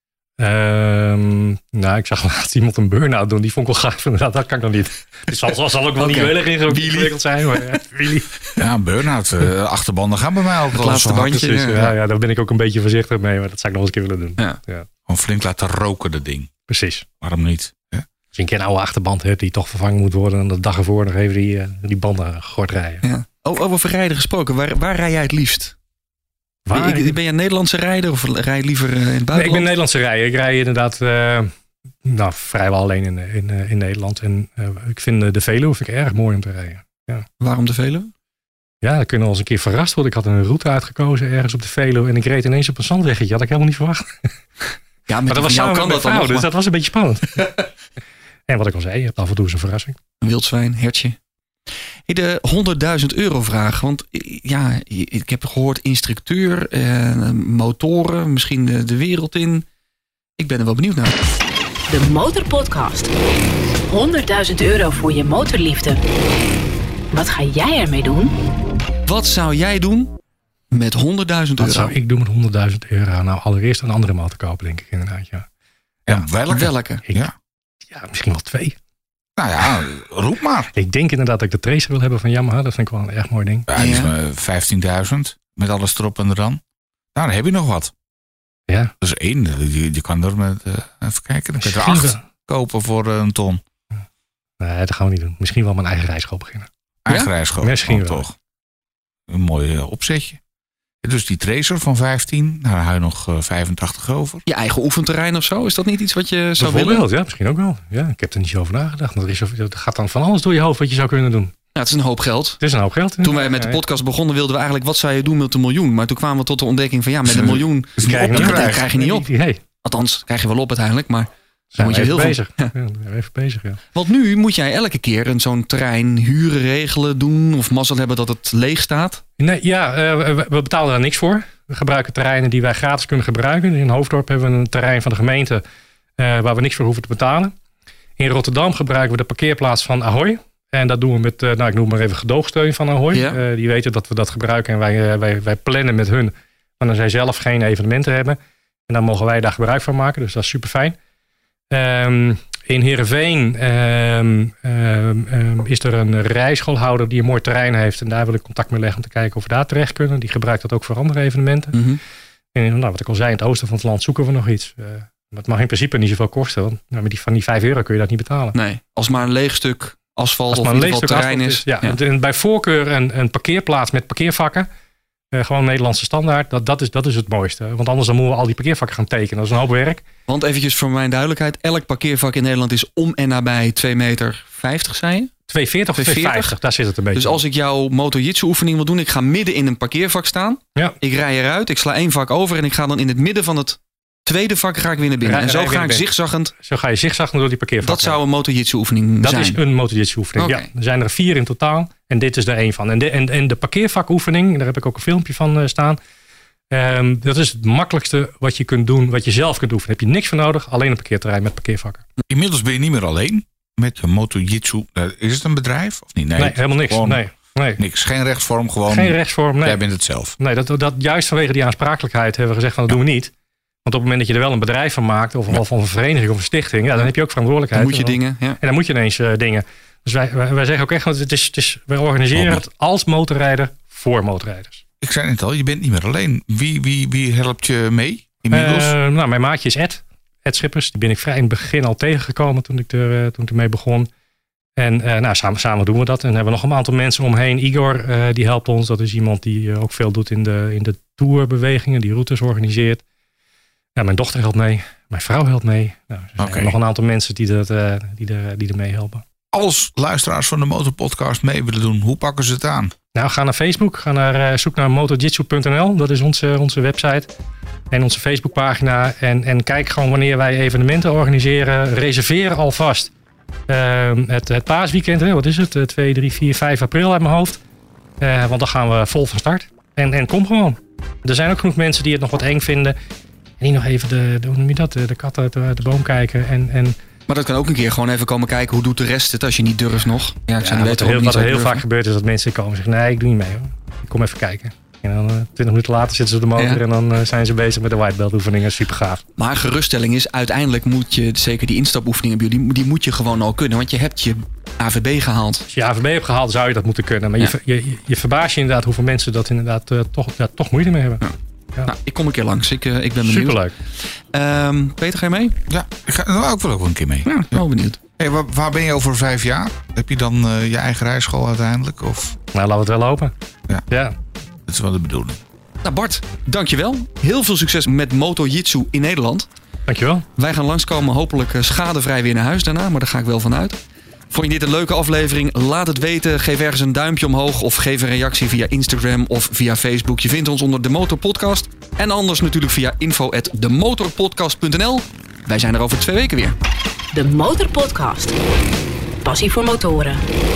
Ik zag laatst iemand een burn-out doen. Die vond ik wel gaaf. Inderdaad, dat kan ik nog niet. Het zal ook wel niet heel erg ingewikkeld zijn. Maar ja, een burn-out. Achterbanden gaan bij mij ook wel. Het laatste bandje. Ja, daar ben ik ook een beetje voorzichtig mee. Maar dat zou ik nog eens een keer willen doen. Ja. Gewoon flink laten roken, dat ding. Precies. Waarom niet? Als je een keer een oude achterband hebt die toch vervangen moet worden. En de dag ervoor nog even die banden gort rijden. Ja. Over verrijden gesproken. Waar rij jij het liefst? Ben je een Nederlandse rijder of rij je liever in het buitenland? Nee, ik ben een Nederlandse rijder. Ik rij inderdaad vrijwel alleen in Nederland. En ik vind de Veluwe erg mooi om te rijden. Ja. Waarom de Veluwe? Ja, dan kunnen we eens een keer verrast worden. Ik had een route uitgekozen ergens op de Veluwe. En ik reed ineens op een zandweggetje. Had ik helemaal niet verwacht. Ja, maar dat was samen met mijn vrouw. Dus dat was een beetje spannend. En wat ik al zei, je hebt af en toe eens een verrassing. Een wildzwijn, hertje. De €100.000 vraag. Want ja, ik heb gehoord instructeur, motoren, misschien de wereld in. Ik ben er wel benieuwd naar. De Motorpodcast. €100.000 voor je motorliefde. Wat ga jij ermee doen? Wat zou jij doen met €100.000? Wat zou ik doen met €100.000? Nou, allereerst een andere motor kopen, denk ik inderdaad. Ja, welke? Ja, misschien wel 2. Nou ja, roep maar. Ik denk inderdaad dat ik de Tracer wil hebben van Yamaha. Dat vind ik wel een erg mooi ding. Ja, die is 15.000 met alles erop en eraan. Nou, dan heb je nog wat. Ja. Dat is 1. Je kan er met, even kijken. Dan kun je er 8 kopen voor een ton. Nee, dat gaan we niet doen. Misschien wel mijn eigen rijschool beginnen. Eigen rijschool? Misschien wel. Toch. een mooi opzetje. Dus die tracer van 15, daar hou je nog 85 over. Je eigen oefenterrein of zo? Is dat niet iets wat je zou willen? Ja, misschien ook wel. Ja, ik heb er niet zo over nagedacht. Er gaat dan van alles door je hoofd wat je zou kunnen doen. Ja, het is een hoop geld. Het is een hoop geld. Toen wij met de podcast begonnen wilden we eigenlijk... wat zou je doen met $1 miljoen? Maar toen kwamen we tot de ontdekking van... met $1 miljoen krijg je niet op. Nee. Althans, krijg je wel op uiteindelijk, maar... Zijn moet je heel bezig. Ja. Even bezig, ja. Want nu moet jij elke keer zo'n terrein huren, regelen, doen... of mazzel hebben dat het leeg staat? Nee, we betalen daar niks voor. We gebruiken terreinen die wij gratis kunnen gebruiken. In Hoofddorp hebben we een terrein van de gemeente... waar we niks voor hoeven te betalen. In Rotterdam gebruiken we de parkeerplaats van Ahoy. En dat doen we met, ik noem maar even gedoogsteun van Ahoy. Ja. Die weten dat we dat gebruiken en wij plannen met hun... wanneer zij zelf geen evenementen hebben. En dan mogen wij daar gebruik van maken. Dus dat is super fijn. In Heerenveen is er een rijschoolhouder die een mooi terrein heeft. En daar wil ik contact mee leggen om te kijken of we daar terecht kunnen. Die gebruikt dat ook voor andere evenementen. Mm-hmm. En wat ik al zei, in het oosten van het land zoeken we nog iets. Dat mag in principe niet zoveel kosten. Want met van die €5 kun je dat niet betalen. Nee, als maar een leeg stuk asfalt of in ieder geval terrein is. Ja. En bij voorkeur een parkeerplaats met parkeervakken. Gewoon Nederlandse standaard. Dat is het mooiste. Want anders dan moeten we al die parkeervakken gaan tekenen. Dat is een hoop werk. Want eventjes voor mijn duidelijkheid. Elk parkeervak in Nederland is om en nabij 2,50 meter, zei je? 2,40 of 2,50. Daar zit het een beetje. Dus als ik jouw motojitsu oefening wil doen. Ik ga midden in een parkeervak staan. Ja. Ik rij eruit. Ik sla 1 vak over. En ik ga dan in het midden van het tweede vak ga ik weer naar binnen. En zo ga ik zigzaggend. Zo ga je zigzaggend door die parkeervakken. Dat zou een motojitsu oefening zijn? Dat is een motojitsu oefening, okay. Ja. Er zijn er 4 in totaal. En dit is er 1 van. En de parkeervakoefening, daar heb ik ook een filmpje van staan. Dat is het makkelijkste wat je kunt doen, wat je zelf kunt doen. Daar heb je niks voor nodig, alleen een parkeerterrein met parkeervakken. Inmiddels ben je niet meer alleen met je motojitsu. Is het een bedrijf of niet? Nee, helemaal niks. Nee. Niks, geen rechtsvorm, gewoon. Geen rechtsvorm, nee. Jij bent het zelf. Nee, dat juist vanwege die aansprakelijkheid hebben we gezegd van dat doen we niet. Want op het moment dat je er wel een bedrijf van maakt, of een vereniging of een stichting, dan heb je ook verantwoordelijkheid. Dan moet je dingen. Ja. En dan moet je ineens dingen. Dus wij zeggen ook echt, wij organiseren het als motorrijder voor motorrijders. Ik zei het al, je bent niet meer alleen. Wie helpt je mee inmiddels? Mijn maatje is Ed Schippers. Die ben ik vrij in het begin al tegengekomen toen ik ermee begon. En samen doen we dat. En hebben we nog een aantal mensen omheen. Igor, die helpt ons. Dat is iemand die ook veel doet in de tourbewegingen, die routes organiseert. Ja, mijn dochter helpt mee. Mijn vrouw helpt mee. Nou, er zijn nog een aantal mensen die er mee helpen. Als luisteraars van de Motorpodcast mee willen doen, hoe pakken ze het aan? Nou, ga naar Facebook. Zoek naar motojitsu.nl. Dat is onze website. En onze Facebookpagina. En kijk gewoon wanneer wij evenementen organiseren. Reserveer alvast. Het paasweekend, wat is het? 2, 3, 4, 5 april uit mijn hoofd. Want dan gaan we vol van start. En kom gewoon. Er zijn ook genoeg mensen die het nog wat eng vinden. En die nog even de kat uit de boom kijken. Maar dat kan ook een keer gewoon even komen kijken. Hoe doet de rest het als je niet durft nog? Ja, wat er heel vaak gebeurt is dat mensen komen en zeggen, nee, ik doe niet mee hoor. Ik kom even kijken. En dan 20 minuten later zitten ze op de motor en dan zijn ze bezig met de white belt oefeningen. Super gaaf. Maar geruststelling is, uiteindelijk moet je, zeker die instapoefeningen, die moet je gewoon al kunnen. Want je hebt je AVB gehaald. Als je je AVB hebt gehaald, zou je dat moeten kunnen. Maar je verbaast je inderdaad hoeveel mensen dat inderdaad toch moeite mee hebben. Ja. Ja. Nou, ik kom een keer langs. Ik ben benieuwd. Superleuk. Peter, ga je mee? Ja, ik wil ook wel een keer mee. Ja, ik ben wel benieuwd. Hey, waar ben je over 5 jaar? Heb je dan je eigen rijschool uiteindelijk? Of? Nou, laten we het wel hopen. Ja. Dat is wel de bedoeling. Nou Bart, dankjewel. Heel veel succes met motojitsu in Nederland. Dankjewel. Wij gaan langskomen, hopelijk schadevrij weer naar huis daarna. Maar daar ga ik wel van uit. Vond je dit een leuke aflevering? Laat het weten. Geef ergens een duimpje omhoog. Of geef een reactie via Instagram of via Facebook. Je vindt ons onder De Motor Podcast. En anders natuurlijk via info@demotorpodcast.nl. Wij zijn er over 2 weken weer. De Motor Podcast. Passie voor motoren.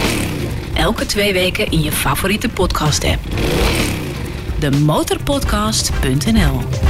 Elke 2 weken in je favoriete podcast app. Demotorpodcast.nl